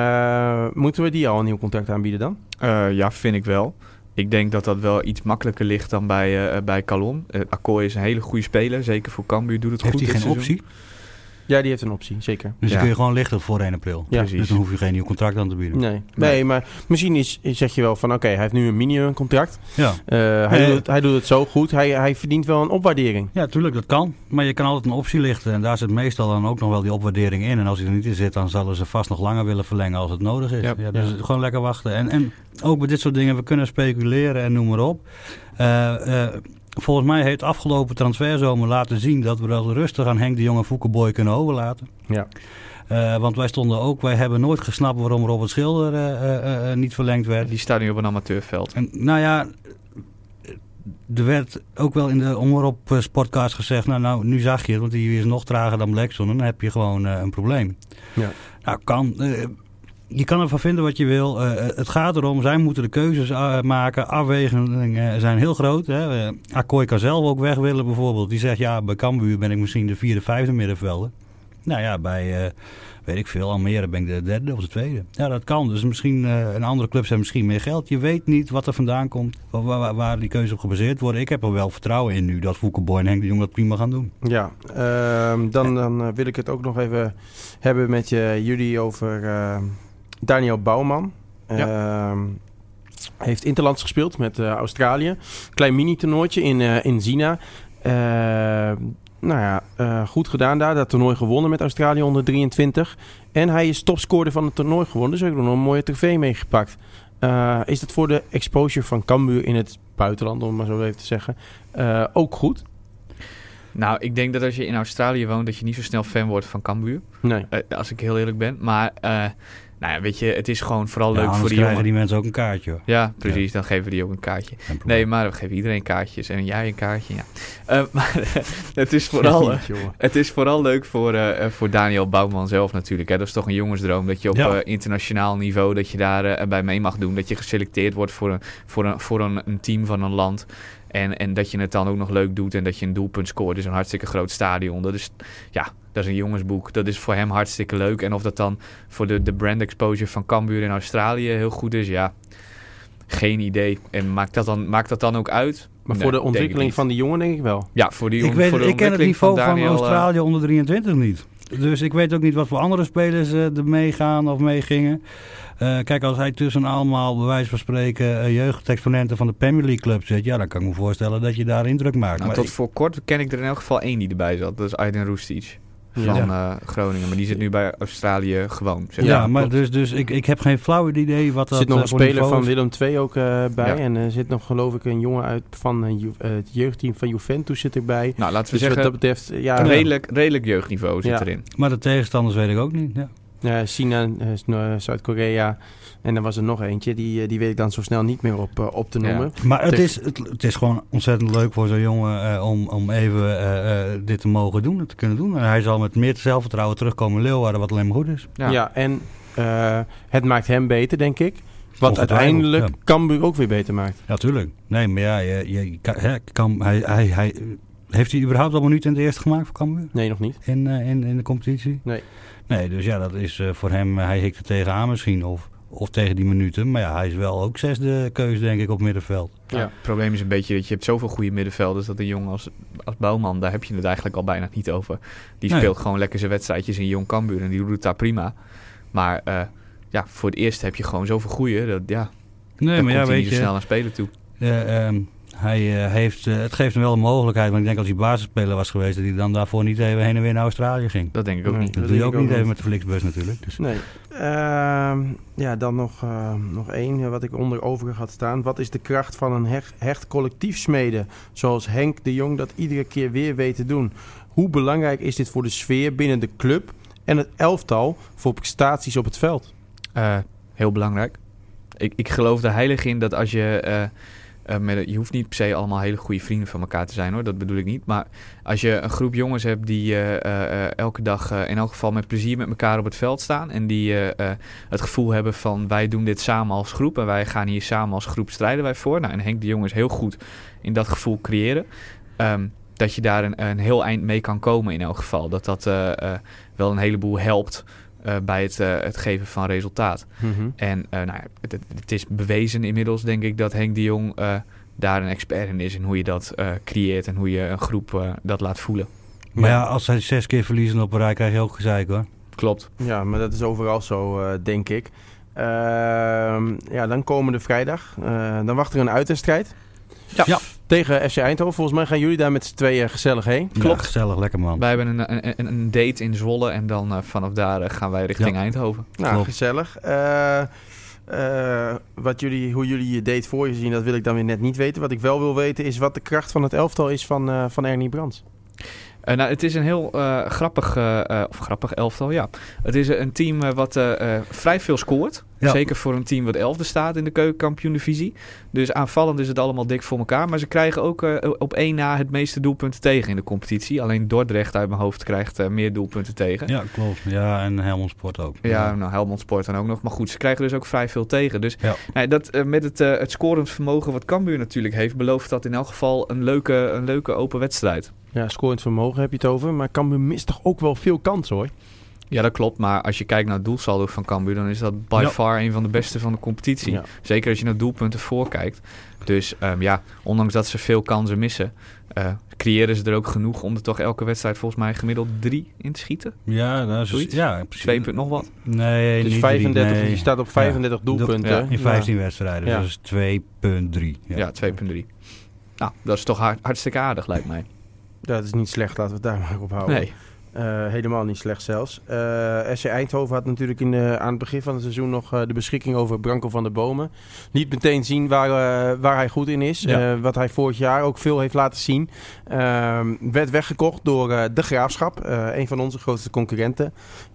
Uh, moeten we die al een nieuw contract aanbieden dan? Uh, ja, vind ik wel. Ik denk dat dat wel iets makkelijker ligt dan bij, uh, bij Calon. Uh, Akkoy is een hele goede speler. Zeker voor Cambuur doet het Heeft goed hij dit geen seizoen. optie? Ja, die heeft een optie, zeker. Dus Ja. die kun je gewoon lichten voor één april. Ja, precies. Dus dan hoef je geen nieuw contract aan te bieden. Nee, nee, maar misschien is, zeg je wel van oké, okay, hij heeft nu een minimumcontract. Ja. Uh, hij, Nee. doet het, hij doet het zo goed. Hij, hij verdient wel een opwaardering. Ja, tuurlijk, dat kan. Maar je kan altijd een optie lichten. En daar zit meestal dan ook nog wel die opwaardering in. En als hij er niet in zit, dan zullen ze vast nog langer willen verlengen als het nodig is. Ja. Ja, dus Ja. gewoon lekker wachten. En, en ook bij dit soort dingen, we kunnen speculeren en noem maar op. Uh, uh, volgens mij heeft afgelopen transferzomer laten zien dat we dat rustig aan Henk de Jong en Foukeboy kunnen overlaten. Ja. Uh, want wij stonden ook, wij hebben nooit gesnapt waarom Robert Schilder uh, uh, uh, niet verlengd werd. Die staat nu op een amateurveld. En, nou ja, er werd ook wel in de Omroep Sportcast gezegd, nou, nou nu zag je het, want die is nog trager dan Blackstone en dan heb je gewoon uh, een probleem. Ja. Nou, kan... Uh, Je kan ervan vinden wat je wil. Uh, het gaat erom, zij moeten de keuzes uh, maken. Afwegingen zijn heel groot. Hè. Uh, Akkoy kan zelf ook weg willen bijvoorbeeld. Die zegt, ja, bij Cambuur ben ik misschien de vierde, vijfde middenvelder. Nou ja, bij, uh, weet ik veel, Almere ben ik de derde of de tweede. Ja, dat kan. Dus misschien, uh, een andere clubs hebben misschien meer geld. Je weet niet wat er vandaan komt, waar, waar, waar die keuzes op gebaseerd worden. Ik heb er wel vertrouwen in nu dat Foukeboy en Henk de Jong dat prima gaan doen. Ja, uh, dan, dan uh, wil ik het ook nog even hebben met uh, jullie over... Uh, Daniel Bouwman. Ja. Uh, heeft interlands gespeeld met uh, Australië. Klein mini-toernooitje in, uh, in Zina. Uh, nou ja, uh, goed gedaan daar. Dat toernooi gewonnen met Australië onder drieëntwintig. En hij is topscorer van het toernooi gewonnen. Dus heeft er nog een mooie trofee meegepakt. Uh, is dat voor de exposure van Cambuur in het buitenland, om maar zo even te zeggen, uh, ook goed? Nou, ik denk dat als je in Australië woont, dat je niet zo snel fan wordt van Cambuur. Nee. Uh, als ik heel eerlijk ben. Maar, uh, nou ja, weet je, het is gewoon vooral Ja, leuk anders voor die krijgen jongen. die mensen ook een kaartje. Hoor. Ja, precies. Dan geven we die ook een kaartje. Geen probleem. Nee, maar we geven iedereen kaartjes. En jij een kaartje, ja. Uh, maar het is vooral... Uh, Het is vooral leuk voor, uh, voor Daniel Bouwman zelf natuurlijk. Hè. Dat is toch een jongensdroom. Dat je op Ja. uh, internationaal niveau dat je daar uh, bij mee mag doen. Dat je geselecteerd wordt voor een, voor een, voor een, een team van een land. En, en dat je het dan ook nog leuk doet. En dat je een doelpunt scoort. Dus een hartstikke groot stadion. Dat is, ja, dat is een jongensboek. Dat is voor hem hartstikke leuk. En of dat dan voor de, de brand exposure van Cambuur in Australië heel goed is. Ja, geen idee. En maakt dat dan, maakt dat dan ook uit? Maar Nee, voor de denk ik ontwikkeling niet. van die jongen denk ik wel. Ja, voor die Ik, jong- weet, voor de ik ken het ontwikkeling niveau van, Daniel, uh, Australië onder drieëntwintig niet. Dus ik weet ook niet wat voor andere spelers uh, er meegaan of meegingen. Uh, kijk, als hij tussen allemaal, bij wijze van spreken, uh, jeugdexponenten van de Premier League club zit, ja, dan kan ik me voorstellen dat je daar indruk maakt. Nou, maar tot ik- voor kort ken ik er in elk geval één die erbij zat. Dat is Aydin Roestic van Ja. uh, Groningen. Maar die zit nu bij Australië gewoon. Zeg ja, maar. maar klopt. dus, dus ik, ik heb geen flauw idee wat Er dat zit nog uh, een voor speler niveau van is. Willem twee ook uh, bij. Ja. En er zit nog geloof ik een jongen uit van uh, Ju- uh, het jeugdteam van Juventus zit erbij. Nou, laten we Dus zeggen, wat dat betreft, uh, ja, redelijk, redelijk jeugdniveau zit Ja. erin. Maar de tegenstanders weet ik ook niet. Ja. uh, China, uh, Zuid-Korea. En dan was er nog eentje, die, uh, die weet ik dan zo snel niet meer op, uh, op te Ja. noemen. Maar het Tegen- is, het, het is gewoon ontzettend leuk voor zo'n jongen uh, om, om even uh, uh, dit te mogen doen, het te kunnen doen. En hij zal met meer zelfvertrouwen terugkomen in Leeuwarden, wat alleen maar goed is. Ja. Ja, en uh, het maakt hem beter, denk ik. Wat Ongetwijfeld, uiteindelijk ja. Cambuur ook weer beter maakt. Ja, tuurlijk. Nee, maar ja, je, je kan, hè, kan, hij, hij, hij, Heeft hij überhaupt al minuten in de eerste gemaakt voor Cambuur? Nee, nog niet. In, uh, in, in de competitie? Nee. Nee, dus ja, dat is uh, voor hem, uh, hij hikt er tegenaan misschien. Of, of tegen die minuten. Maar ja, hij is wel ook zesde keus, denk ik, op middenveld. Ja. Ja, het probleem is een beetje dat je hebt zoveel goede middenvelders dat een jongen als, als Bouwman, daar heb je het eigenlijk al bijna niet over. Die Nee. speelt gewoon lekker zijn wedstrijdjes in Jong Cambuur en die doet het daar prima. Maar uh, ja, voor het eerst heb je gewoon zoveel goeie. Dat, ja, Nee, dan maar komt ja, hij weet niet zo je... snel aan spelen toe. Uh, um, hij uh, heeft, uh, het geeft hem wel een mogelijkheid. Want ik denk als hij basisspeler was geweest, dat hij dan daarvoor niet even heen en weer naar Australië ging. Dat denk ik ook Nee. niet. Dat Dat doe je denk ook ik niet ook even niet. met de Flixbus natuurlijk. Dus. Nee. Ehm, ja, dan nog, uh, nog één uh, wat ik onder overig had staan. Wat is de kracht van een hecht, hecht collectief smeden? Zoals Henk de Jong dat iedere keer weer weet te doen. Hoe belangrijk is dit voor de sfeer binnen de club en het elftal voor prestaties op het veld? Uh, heel belangrijk. Ik, ik geloof er heilig in dat als je... Uh, Uh, met, je hoeft niet per se allemaal hele goede vrienden van elkaar te zijn hoor, dat bedoel ik niet. Maar als je een groep jongens hebt die uh, uh, elke dag uh, in elk geval met plezier met elkaar op het veld staan. En die uh, uh, het gevoel hebben van wij doen dit samen als groep en wij gaan hier samen als groep strijden wij voor. Nou, en Henk de Jong is heel goed in dat gevoel creëren. Um, dat je daar een, een heel eind mee kan komen in elk geval. Dat dat uh, uh, wel een heleboel helpt. Uh, bij het, uh, het geven van resultaat. Mm-hmm. En uh, nou, het, het is bewezen inmiddels, denk ik, dat Henk de Jong uh, daar een expert in is. In hoe je dat uh, creëert en hoe je een groep uh, dat laat voelen. Maar ja, als zij zes keer verliezen op een rij, krijg je ook gezeik hoor. Klopt. Ja, maar dat is overal zo, uh, denk ik. Uh, ja, dan komende vrijdag. Uh, dan wacht er een uitwedstrijd. Ja. Ja. Tegen F C Eindhoven. Volgens mij gaan jullie daar met z'n tweeën gezellig heen. Klopt. Ja, gezellig, lekker man. Wij hebben een, een, een date in Zwolle en dan uh, vanaf daar uh, gaan wij richting Ja. Eindhoven. Nou, Klopt. gezellig. Uh, uh, wat jullie, hoe jullie je date voor je zien, dat wil ik dan weer net niet weten. Wat ik wel wil weten is wat de kracht van het elftal is van, uh, van Ernie Brands. Uh, nou, het is een heel uh, grappig, uh, uh, of grappig elftal, ja. Het is een team uh, wat uh, uh, vrij veel scoort. Ja. Zeker voor een team wat elfde staat in de keukenkampioen-divisie. Dus aanvallend is het allemaal dik voor elkaar. Maar ze krijgen ook uh, op één na het meeste doelpunten tegen in de competitie. Alleen Dordrecht uit mijn hoofd krijgt uh, meer doelpunten tegen. Ja, klopt. Ja, en Helmond Sport ook. Ja, nou Helmond Sport dan ook nog. Maar goed, ze krijgen dus ook vrij veel tegen. Dus Ja. nou, dat, uh, met het, uh, het scorend vermogen wat Cambuur natuurlijk heeft, belooft dat in elk geval een leuke, een leuke open wedstrijd. Ja, scorend vermogen heb je het over. Maar Cambuur mist toch ook wel veel kansen hoor. Ja, dat klopt. Maar als je kijkt naar het doelsaldo van Cambuur, dan is dat by Ja. far een van de beste van de competitie. Ja. Zeker als je naar doelpunten voor kijkt. Dus um, ja, ondanks dat ze veel kansen missen, uh, creëren ze er ook genoeg om er toch elke wedstrijd volgens mij gemiddeld drie in te schieten. Ja, dat is, Zoiets? ja, precies. Twee punt nog wat. Nee, Dus niet vijfendertig, drie, nee. je staat op vijfendertig Ja. doelpunten. Ja, In vijftien Ja. wedstrijden, Ja. dus dat is twee punt drie. Ja, twee punt drie. Nou, dat is toch hard, hartstikke aardig lijkt mij. Dat is niet slecht, laten we het daar maar op houden. Nee. Uh, helemaal niet slecht zelfs. Uh, S C Eindhoven had natuurlijk in de, aan het begin van het seizoen nog uh, de beschikking over Branko van der Bomen. Liet meteen zien waar, uh, waar hij goed in is. Ja. Uh, wat hij vorig jaar ook veel heeft laten zien. Uh, werd weggekocht door uh, De Graafschap. Uh, een van onze grootste concurrenten.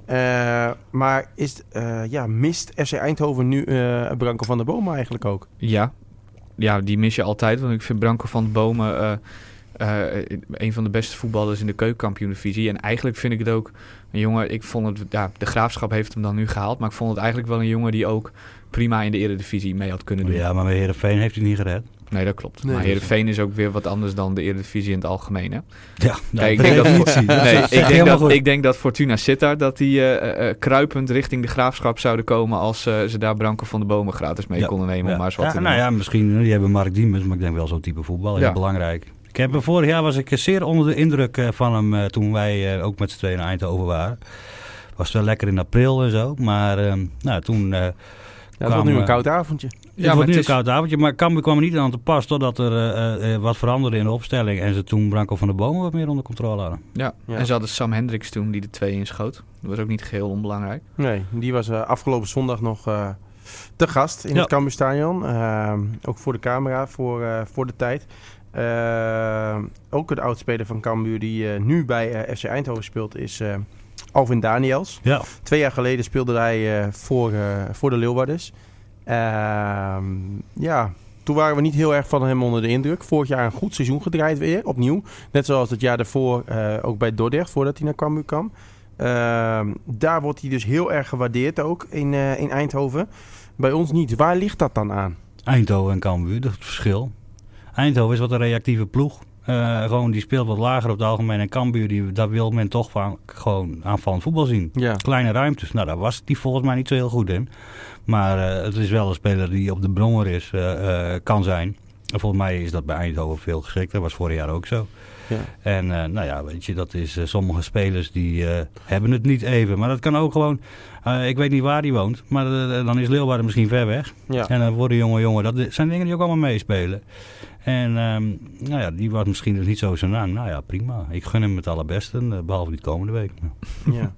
Uh, maar is, uh, ja, mist F C Eindhoven nu uh, Branko van der Bomen eigenlijk ook? Ja. Ja, die mis je altijd. Want ik vind Branko van der Bomen Uh, Uh, een van de beste voetballers in de keukenkampioen-divisie. En eigenlijk vind ik het ook een jongen... Ik vond het... Ja, de Graafschap heeft hem dan nu gehaald. Maar ik vond het eigenlijk wel een jongen die ook prima in de Eredivisie mee had kunnen doen. Ja, maar bij Heerenveen heeft hij niet gered. Nee, dat klopt. Nee, maar dus- Heerenveen is ook weer wat anders dan de Eredivisie in het algemeen, hè? Ja, Kijk, ik denk dat, definitie. nee, Dat ik, zeg je denk helemaal dat, goed. ik denk dat Fortuna Sittard dat die uh, uh, kruipend richting de Graafschap zouden komen als uh, ze daar Branko van de Bomen gratis mee Ja. konden nemen. Ja. Om maar eens wat Ja, te nou doen. ja, misschien, die hebben Mark Diemers, maar ik denk wel zo'n type voetbal. Heel Ja. belangrijk. Ik heb, vorig jaar was ik zeer onder de indruk uh, van hem uh, toen wij uh, ook met z'n tweeën naar Eindhoven waren. Was wel lekker in april en zo, maar uh, nou, toen... Uh, Ja, het wordt nu een koud avondje. Het Ja, wordt maar nu het een is- koud avondje, maar Cambuur kwam er niet aan te pas totdat er uh, uh, wat veranderde in de opstelling. En ze toen Branko van der Bomen wat meer onder controle hadden. Ja. Ja. En ze hadden Sam Hendricks toen die de twee inschoot. Dat was ook niet geheel onbelangrijk. Nee, die was uh, afgelopen zondag nog uh, te gast in Ja. het Cambuurstadion. Uh, ook voor de camera, voor, uh, voor de tijd. Uh, ook een oudspeler van Cambuur die uh, nu bij uh, F C Eindhoven speelt is uh, Alvin Daniels. Ja. Twee jaar geleden speelde hij uh, voor, uh, voor de Leeuwarders. Uh, ja, toen waren we niet heel erg van hem onder de indruk. Vorig jaar een goed seizoen gedraaid weer, opnieuw. Net zoals het jaar daarvoor uh, ook bij Dordrecht, voordat hij naar Cambuur kwam. Uh, daar wordt hij dus heel erg gewaardeerd ook in, uh, in Eindhoven. Bij ons niet. Waar ligt dat dan aan? Eindhoven en Cambuur, dat is het verschil. Eindhoven is wat een reactieve ploeg. Uh, gewoon, die speelt wat lager op het algemeen. En Cambuur, die, daar wil men toch van, gewoon aanvallend voetbal zien. Ja. Kleine ruimtes. Nou, daar was die volgens mij niet zo heel goed in. Maar uh, het is wel een speler die op de brommer is, uh, uh, kan zijn. En volgens mij is dat bij Eindhoven veel geschikt. Dat was vorig jaar ook zo. Ja. En uh, nou ja, weet je, dat is uh, sommige spelers die uh, hebben het niet even. Maar dat kan ook gewoon, uh, ik weet niet waar die woont, maar uh, dan is Leeuwarden misschien ver weg. Ja. En dan worden jonge jongen, dat zijn dingen die ook allemaal meespelen. En um, nou ja, die was misschien dus niet zo zijn naam. Nou ja, prima. Ik gun hem het allerbeste, uh, behalve die komende week. Ja.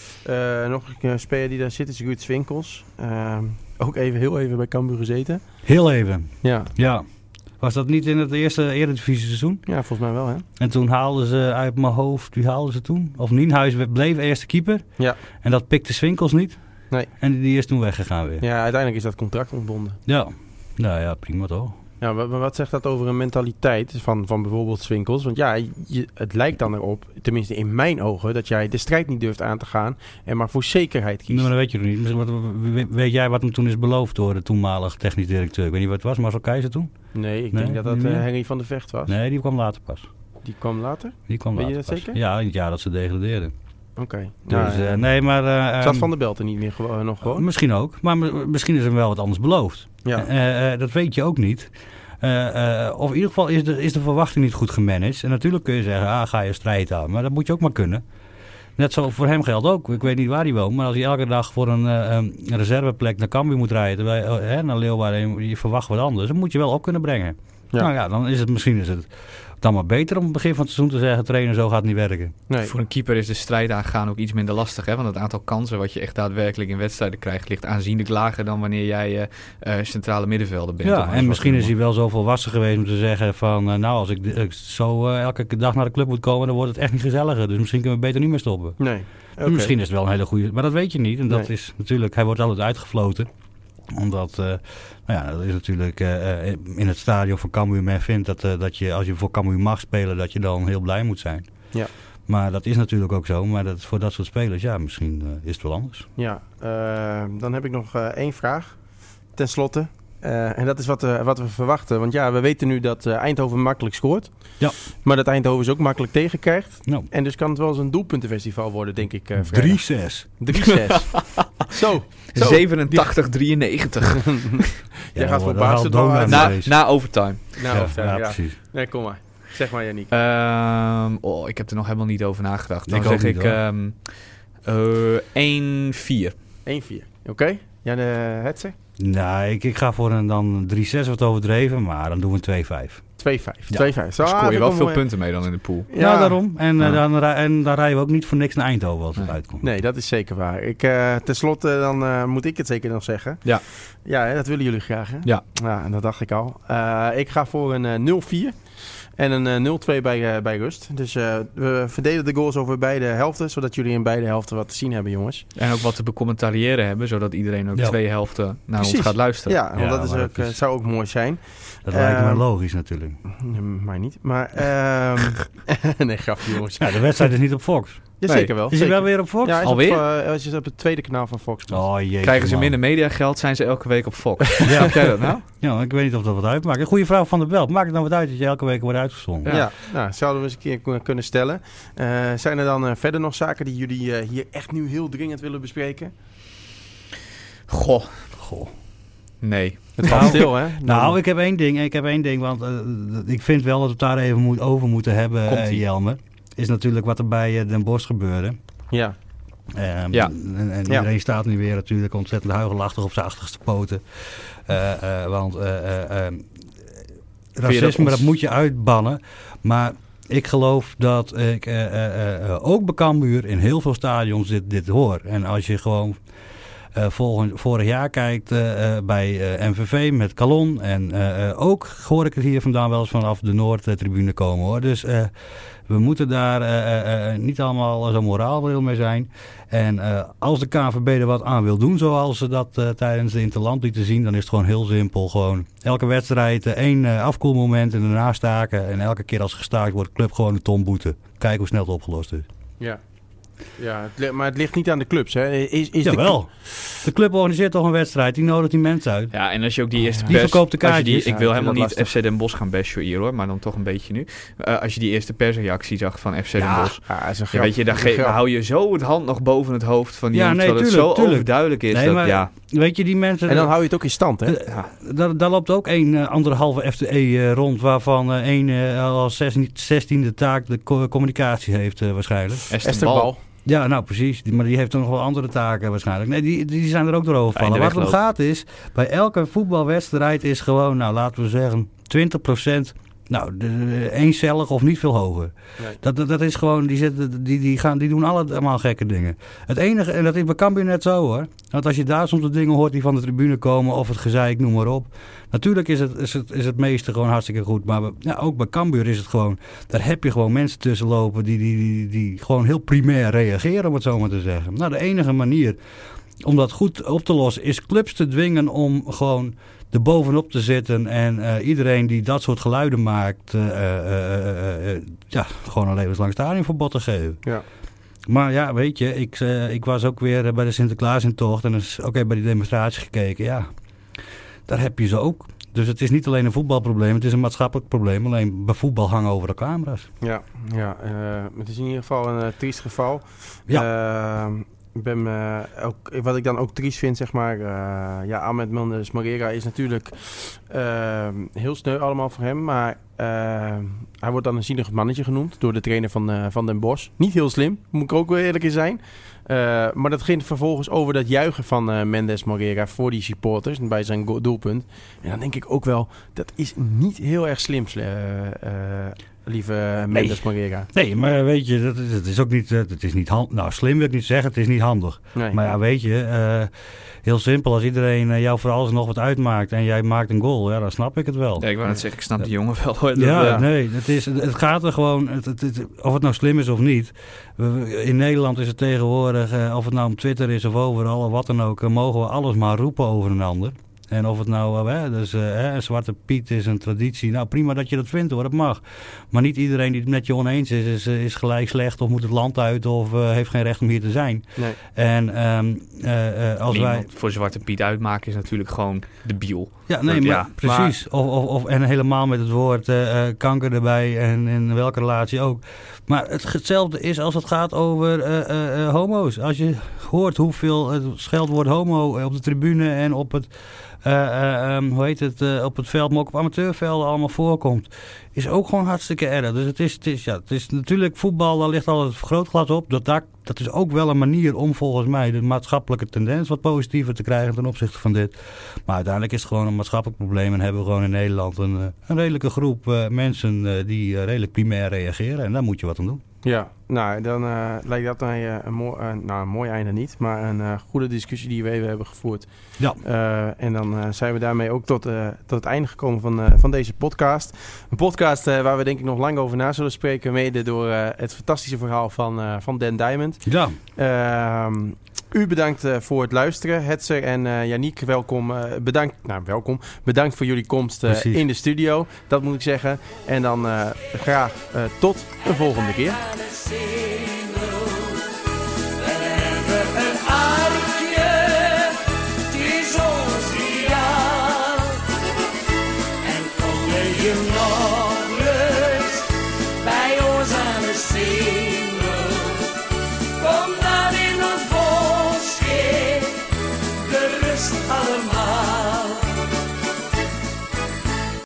Uh, nog een speler die daar zit is Ruud Swinkels. Uh, ook even, heel even bij Cambuur gezeten. Heel even. Ja. Ja. Was dat niet in het eerste Eredivisie seizoen? Ja, volgens mij wel, hè? En toen haalden ze uit mijn hoofd, wie haalden ze toen? Of Nienhuis bleef eerste keeper. Ja. En dat pikte Swinkels niet. Nee. En die is toen weggegaan weer. Ja, uiteindelijk is dat contract ontbonden. Ja. Nou ja, prima toch? Ja, maar wat zegt dat over een mentaliteit van, van bijvoorbeeld Swinkels? Want ja, je, het lijkt dan erop, tenminste in mijn ogen, dat jij de strijd niet durft aan te gaan en maar voor zekerheid kiest. Nee, maar dat weet je nog niet. Wat, weet jij wat hem toen is beloofd door de toenmalige technisch directeur? Ik weet niet wat het was, Marcel Keizer toen? Nee, ik Nee, denk dat dat niet uh, meer? Henry van der Vecht was. Nee, die kwam later pas. Die kwam later? Die kwam Weet je later dat pas. zeker? Ja, in het jaar dat ze degradeerden. Oké. Okay. Dus, Nou, uh, nee, maar... Uh, zat um, Van der Belt er niet meer gewo- nog gewoon? Misschien ook. Maar m- misschien is hem wel wat anders beloofd. Ja. Uh, uh, dat weet je ook niet. Uh, uh, of in ieder geval is de, is de verwachting niet goed gemanaged. En natuurlijk kun je zeggen, ah, ga je strijd aan. Maar dat moet je ook maar kunnen. Net zo voor hem geldt ook. Ik weet niet waar hij woont. Maar als hij elke dag voor een, uh, een reserveplek naar Cambuur moet rijden. Terwijl, uh, naar Leeuwarden, je, je verwacht wat anders. Dan moet je wel op kunnen brengen. Ja. Nou ja, dan is het misschien is het dan maar beter om het begin van het seizoen te zeggen, trainer, zo gaat het niet werken. Nee. Voor een keeper is de strijd aangaan ook iets minder lastig. Hè? Want het aantal kansen wat je echt daadwerkelijk in wedstrijden krijgt, ligt aanzienlijk lager dan wanneer jij uh, uh, centrale middenvelder bent. Ja, en misschien is hij wel zo volwassen geweest om te zeggen van, uh, nou, als ik, ik zo uh, elke dag naar de club moet komen, dan wordt het echt niet gezelliger. Dus misschien kunnen we beter niet meer stoppen. Nee. Okay. Misschien is het wel een hele goede, maar dat weet je niet. En dat Nee. is natuurlijk, hij wordt altijd uitgefloten. Omdat, uh, nou ja, dat is natuurlijk uh, in het stadion van Cambuur, men vindt dat, uh, dat je, als je voor Cambuur mag spelen, dat je dan heel blij moet zijn. Ja. Maar dat is natuurlijk ook zo. Maar dat, voor dat soort spelers, ja, misschien uh, is het wel anders. Ja, uh, dan heb ik nog uh, één vraag. Ten slotte. Uh, en dat is wat, uh, wat we verwachten. Want ja, we weten nu dat uh, Eindhoven makkelijk scoort. Ja. Maar dat Eindhoven ze ook makkelijk tegenkrijgt. Nou. En dus kan het wel eens een doelpuntenfestival worden, denk ik. Uh, drie zes. drie zes. Zo. Zo. zevenentachtig drieënnegentig. Jij Ja, gaat voor dat haalt basketbal Dona uit. na- na, na overtime. Nou, ja, ja, ja, ja. precies. Nee, kom maar. Zeg maar, Yannick. Um, oh, ik heb er nog helemaal niet over nagedacht. Dan Ik ook zeg niet, ik hoor. um, uh, één vier. één vier. Oké. Okay. Jan uh, Hetze? Nou, ik, ik ga voor een dan drie zes wat overdreven, maar dan doen we een twee vijf. twee vijf. Ja. twee vijf. Zo, Scoor ah, je wel vind ik veel mooi. punten mee dan in de pool. Ja, nou, daarom. En, uh, Ja. dan, rij- en dan rijden we ook niet voor niks naar Eindhoven als het Nee. uitkomt. Nee, dat is zeker waar. Ik, uh, ten slotte, dan uh, moet ik het zeker nog zeggen. Ja. Ja, hè, dat willen jullie graag, hè? Ja. Ja, dat dacht ik al. Uh, ik ga voor een uh, nul vier en een uh, nul twee bij, uh, bij rust. Dus uh, we verdelen de goals over beide helften, zodat jullie in beide helften wat te zien hebben, jongens. En ook wat te becommentariëren hebben, zodat iedereen ook Ja. twee helften naar Precies. ons gaat luisteren. Ja, want Ja, dat is maar ook, dat uh, is- zou ook mooi zijn. Dat lijkt me Ehm, logisch natuurlijk. Mm, Maar niet. Maar, ehm nee, grapje, jongens. Ja, de wedstrijd is niet op Fox. Ja, Nee. zeker wel. Is hij zeker. wel weer op Fox? Ja, hij is Alweer? Op, uh, hij is op het tweede kanaal van Fox. Oh jeetje, Krijgen ze man. minder mediageld, zijn ze elke week op Fox. Ja. Heb jij dat nou? Ja, ik weet niet of dat wat uitmaakt. Een goede vraag van de Belt. Maakt het nou wat uit dat je elke week wordt uitgezonden? Ja, Ja. nou, zouden we eens een keer k- kunnen stellen. Uh, zijn er dan uh, verder nog zaken die jullie uh, hier echt nu heel dringend willen bespreken? Goh, Goh. nee. Het valt Nou, stil, hè? Nou, ik heb één ding. Ik heb één ding, want uh, ik vind wel dat we het daar even moet, over moeten hebben, Komt-ie. uh, Jelmer. Is natuurlijk wat er bij uh, Den Bosch gebeurde. Ja, Um, Ja. En, en Ja. iedereen staat nu weer natuurlijk ontzettend huigelachtig op zijn achterste poten. Uh, uh, want uh, uh, uh, racisme, ons- dat moet je uitbannen. Maar ik geloof dat ik uh, uh, uh, ook bij Cambuur in heel veel stadions dit, dit hoor. En als je gewoon uh, volgend, vorig jaar kijkt uh, uh, bij uh, M V V met Calon. En uh, uh, ook hoor ik het hier vandaan wel eens vanaf de Noordtribune komen hoor. Dus uh, we moeten daar uh, uh, niet allemaal zo moraalbril mee zijn. En uh, als de K N V B er wat aan wil doen, zoals ze dat uh, tijdens de Interland lieten zien, dan is het gewoon heel simpel. Gewoon elke wedstrijd uh, één uh, afkoelmoment en daarna staken. En elke keer als gestaakt wordt, de club gewoon een ton boete. Kijk hoe snel het opgelost is. ja. Ja, het, li- maar het ligt niet aan de clubs, hè? Is, is Jawel. de De club organiseert toch een wedstrijd, die nodigt die mensen uit. Ja, en als je ook die eerste Die pers... verkoopt de als je kaartjes. die, ik Ja, wil ik helemaal vind niet dat F C Den Bosch gaan bashen hier hoor, maar dan toch een beetje nu. Uh, als je die eerste persreactie zag van F C Den Ja, Bosch. ja, is een Ja, grap. weet je, daar Dat is een ge- grap. hou je zo het hand nog boven het hoofd van die Ja, jongens, nee, dat het tuurlijk, zo tuurlijk. overduidelijk is. Nee, dat, maar- ja. Weet je, die mensen... En dan hou je het ook in stand, hè? Eh, Ja. Daar, daar loopt ook een uh, anderhalve F T E uh, rond, waarvan uh, één uh, als zestiende taak de co- communicatie heeft uh, waarschijnlijk. Esther Esther Bal. Bal. Ja, nou precies. Die, maar die heeft toch nog wel andere taken waarschijnlijk. Nee, die, die zijn er ook door overvallen. Ja, Wat in de het om wegloop. gaat is, bij elke voetbalwedstrijd is gewoon, nou laten we zeggen, twintig procent... Nou, de, de, eencellig of niet veel hoger. Nee. Dat, dat, dat is gewoon, die, zitten, die, die, gaan, die doen allemaal gekke dingen. Het enige, en dat is bij Cambuur net zo hoor. Want als je daar soms de dingen hoort die van de tribune komen, of het gezeik, noem maar op. Natuurlijk is het, is het, is het meeste gewoon hartstikke goed. Maar ja, ook bij Cambuur is het gewoon, daar heb je gewoon mensen tussen lopen die, die, die, die gewoon heel primair reageren, om het zo maar te zeggen. Nou, de enige manier om dat goed op te lossen is clubs te dwingen om gewoon er bovenop te zitten en uh, iedereen die dat soort geluiden maakt, uh, uh, uh, uh, ja, gewoon een levenslang stadionverbod te geven. Ja. Maar ja, weet je, ik, uh, ik was ook weer bij de Sinterklaasintocht en is ook even bij die demonstratie gekeken. Ja, daar heb je ze ook. Dus het is niet alleen een voetbalprobleem, het is een maatschappelijk probleem. Alleen bij voetbal hangen over de camera's. Ja, ja uh, het is in ieder geval een uh, triest geval. Ja. Uh, ik ben, uh, ook, wat ik dan ook triest vind, zeg maar... Uh, ja, Ahmed Mendes Morera is natuurlijk uh, heel sneu allemaal voor hem. Maar uh, hij wordt dan een zienig mannetje genoemd door de trainer van, uh, van Den Bosch. Niet heel slim, moet ik ook wel eerlijk in zijn. Uh, maar dat ging vervolgens over dat juichen van uh, Mendes Morera voor die supporters bij zijn go- doelpunt. En dan denk ik ook wel, dat is niet heel erg slim, uh, uh, lieve Mendes nee. Morera. Nee, maar weet je, dat is, het is ook niet, het is niet handig. Nou, slim wil ik niet zeggen, het is niet handig. Nee. Maar ja, weet je, uh, heel simpel, als iedereen uh, jou voor alles nog wat uitmaakt en jij maakt een goal, ja, dan snap ik het wel. Ja, ik wou net zeggen, ik snap die jongen wel hoor. Ja, dat, uh, nee, het, is, het gaat er gewoon, het, het, het, of het nou slim is of niet. We, in Nederland is het tegenwoordig, uh, of het nou op Twitter is of overal of wat dan ook, uh, mogen we alles maar roepen over een ander. En of het nou, uh, dus, uh, hè, Zwarte Piet is een traditie. Nou, prima dat je dat vindt hoor, dat mag. Maar niet iedereen die het met je oneens is, is, is gelijk slecht of moet het land uit of uh, heeft geen recht om hier te zijn. Nee. En um, uh, uh, als wij... voor Zwarte Piet uitmaken is natuurlijk gewoon debiel. Ja, nee, dat, maar ja, precies. Maar... Of, of, of, en helemaal met het woord uh, kanker erbij en in welke relatie ook. Maar het, hetzelfde is als het gaat over uh, uh, uh, homo's. Als je hoort hoeveel het scheldwoord homo op de tribune en op het... Uh, uh, um, hoe heet het, uh, op het veld, maar ook op amateurvelden allemaal voorkomt, is ook gewoon hartstikke erg. Dus het is, het is, ja, het is natuurlijk voetbal, daar ligt altijd het vergrootglas op. Dat, dat, dat is ook wel een manier om volgens mij de maatschappelijke tendens wat positiever te krijgen ten opzichte van dit. Maar uiteindelijk is het gewoon een maatschappelijk probleem en hebben we gewoon in Nederland een, een redelijke groep uh, mensen uh, die uh, redelijk primair reageren. En daar moet je wat aan doen. Ja, nou, dan uh, lijkt dat mij uh, een, mooi, uh, nou, een mooi einde niet, maar een uh, goede discussie die we even hebben gevoerd. Ja. Uh, en dan uh, zijn we daarmee ook tot, uh, tot het einde gekomen van, uh, van deze podcast. Een podcast uh, waar we denk ik nog lang over na zullen spreken, mede door uh, het fantastische verhaal van, uh, van Dan Diamond. Ja. Uh, u bedankt uh, voor het luisteren. Hetzer en uh, Yannick, welkom. Uh, bedankt, nou, welkom. Bedankt voor jullie komst uh, in de studio. Dat moet ik zeggen. En dan uh, graag uh, tot een volgende keer. Je nog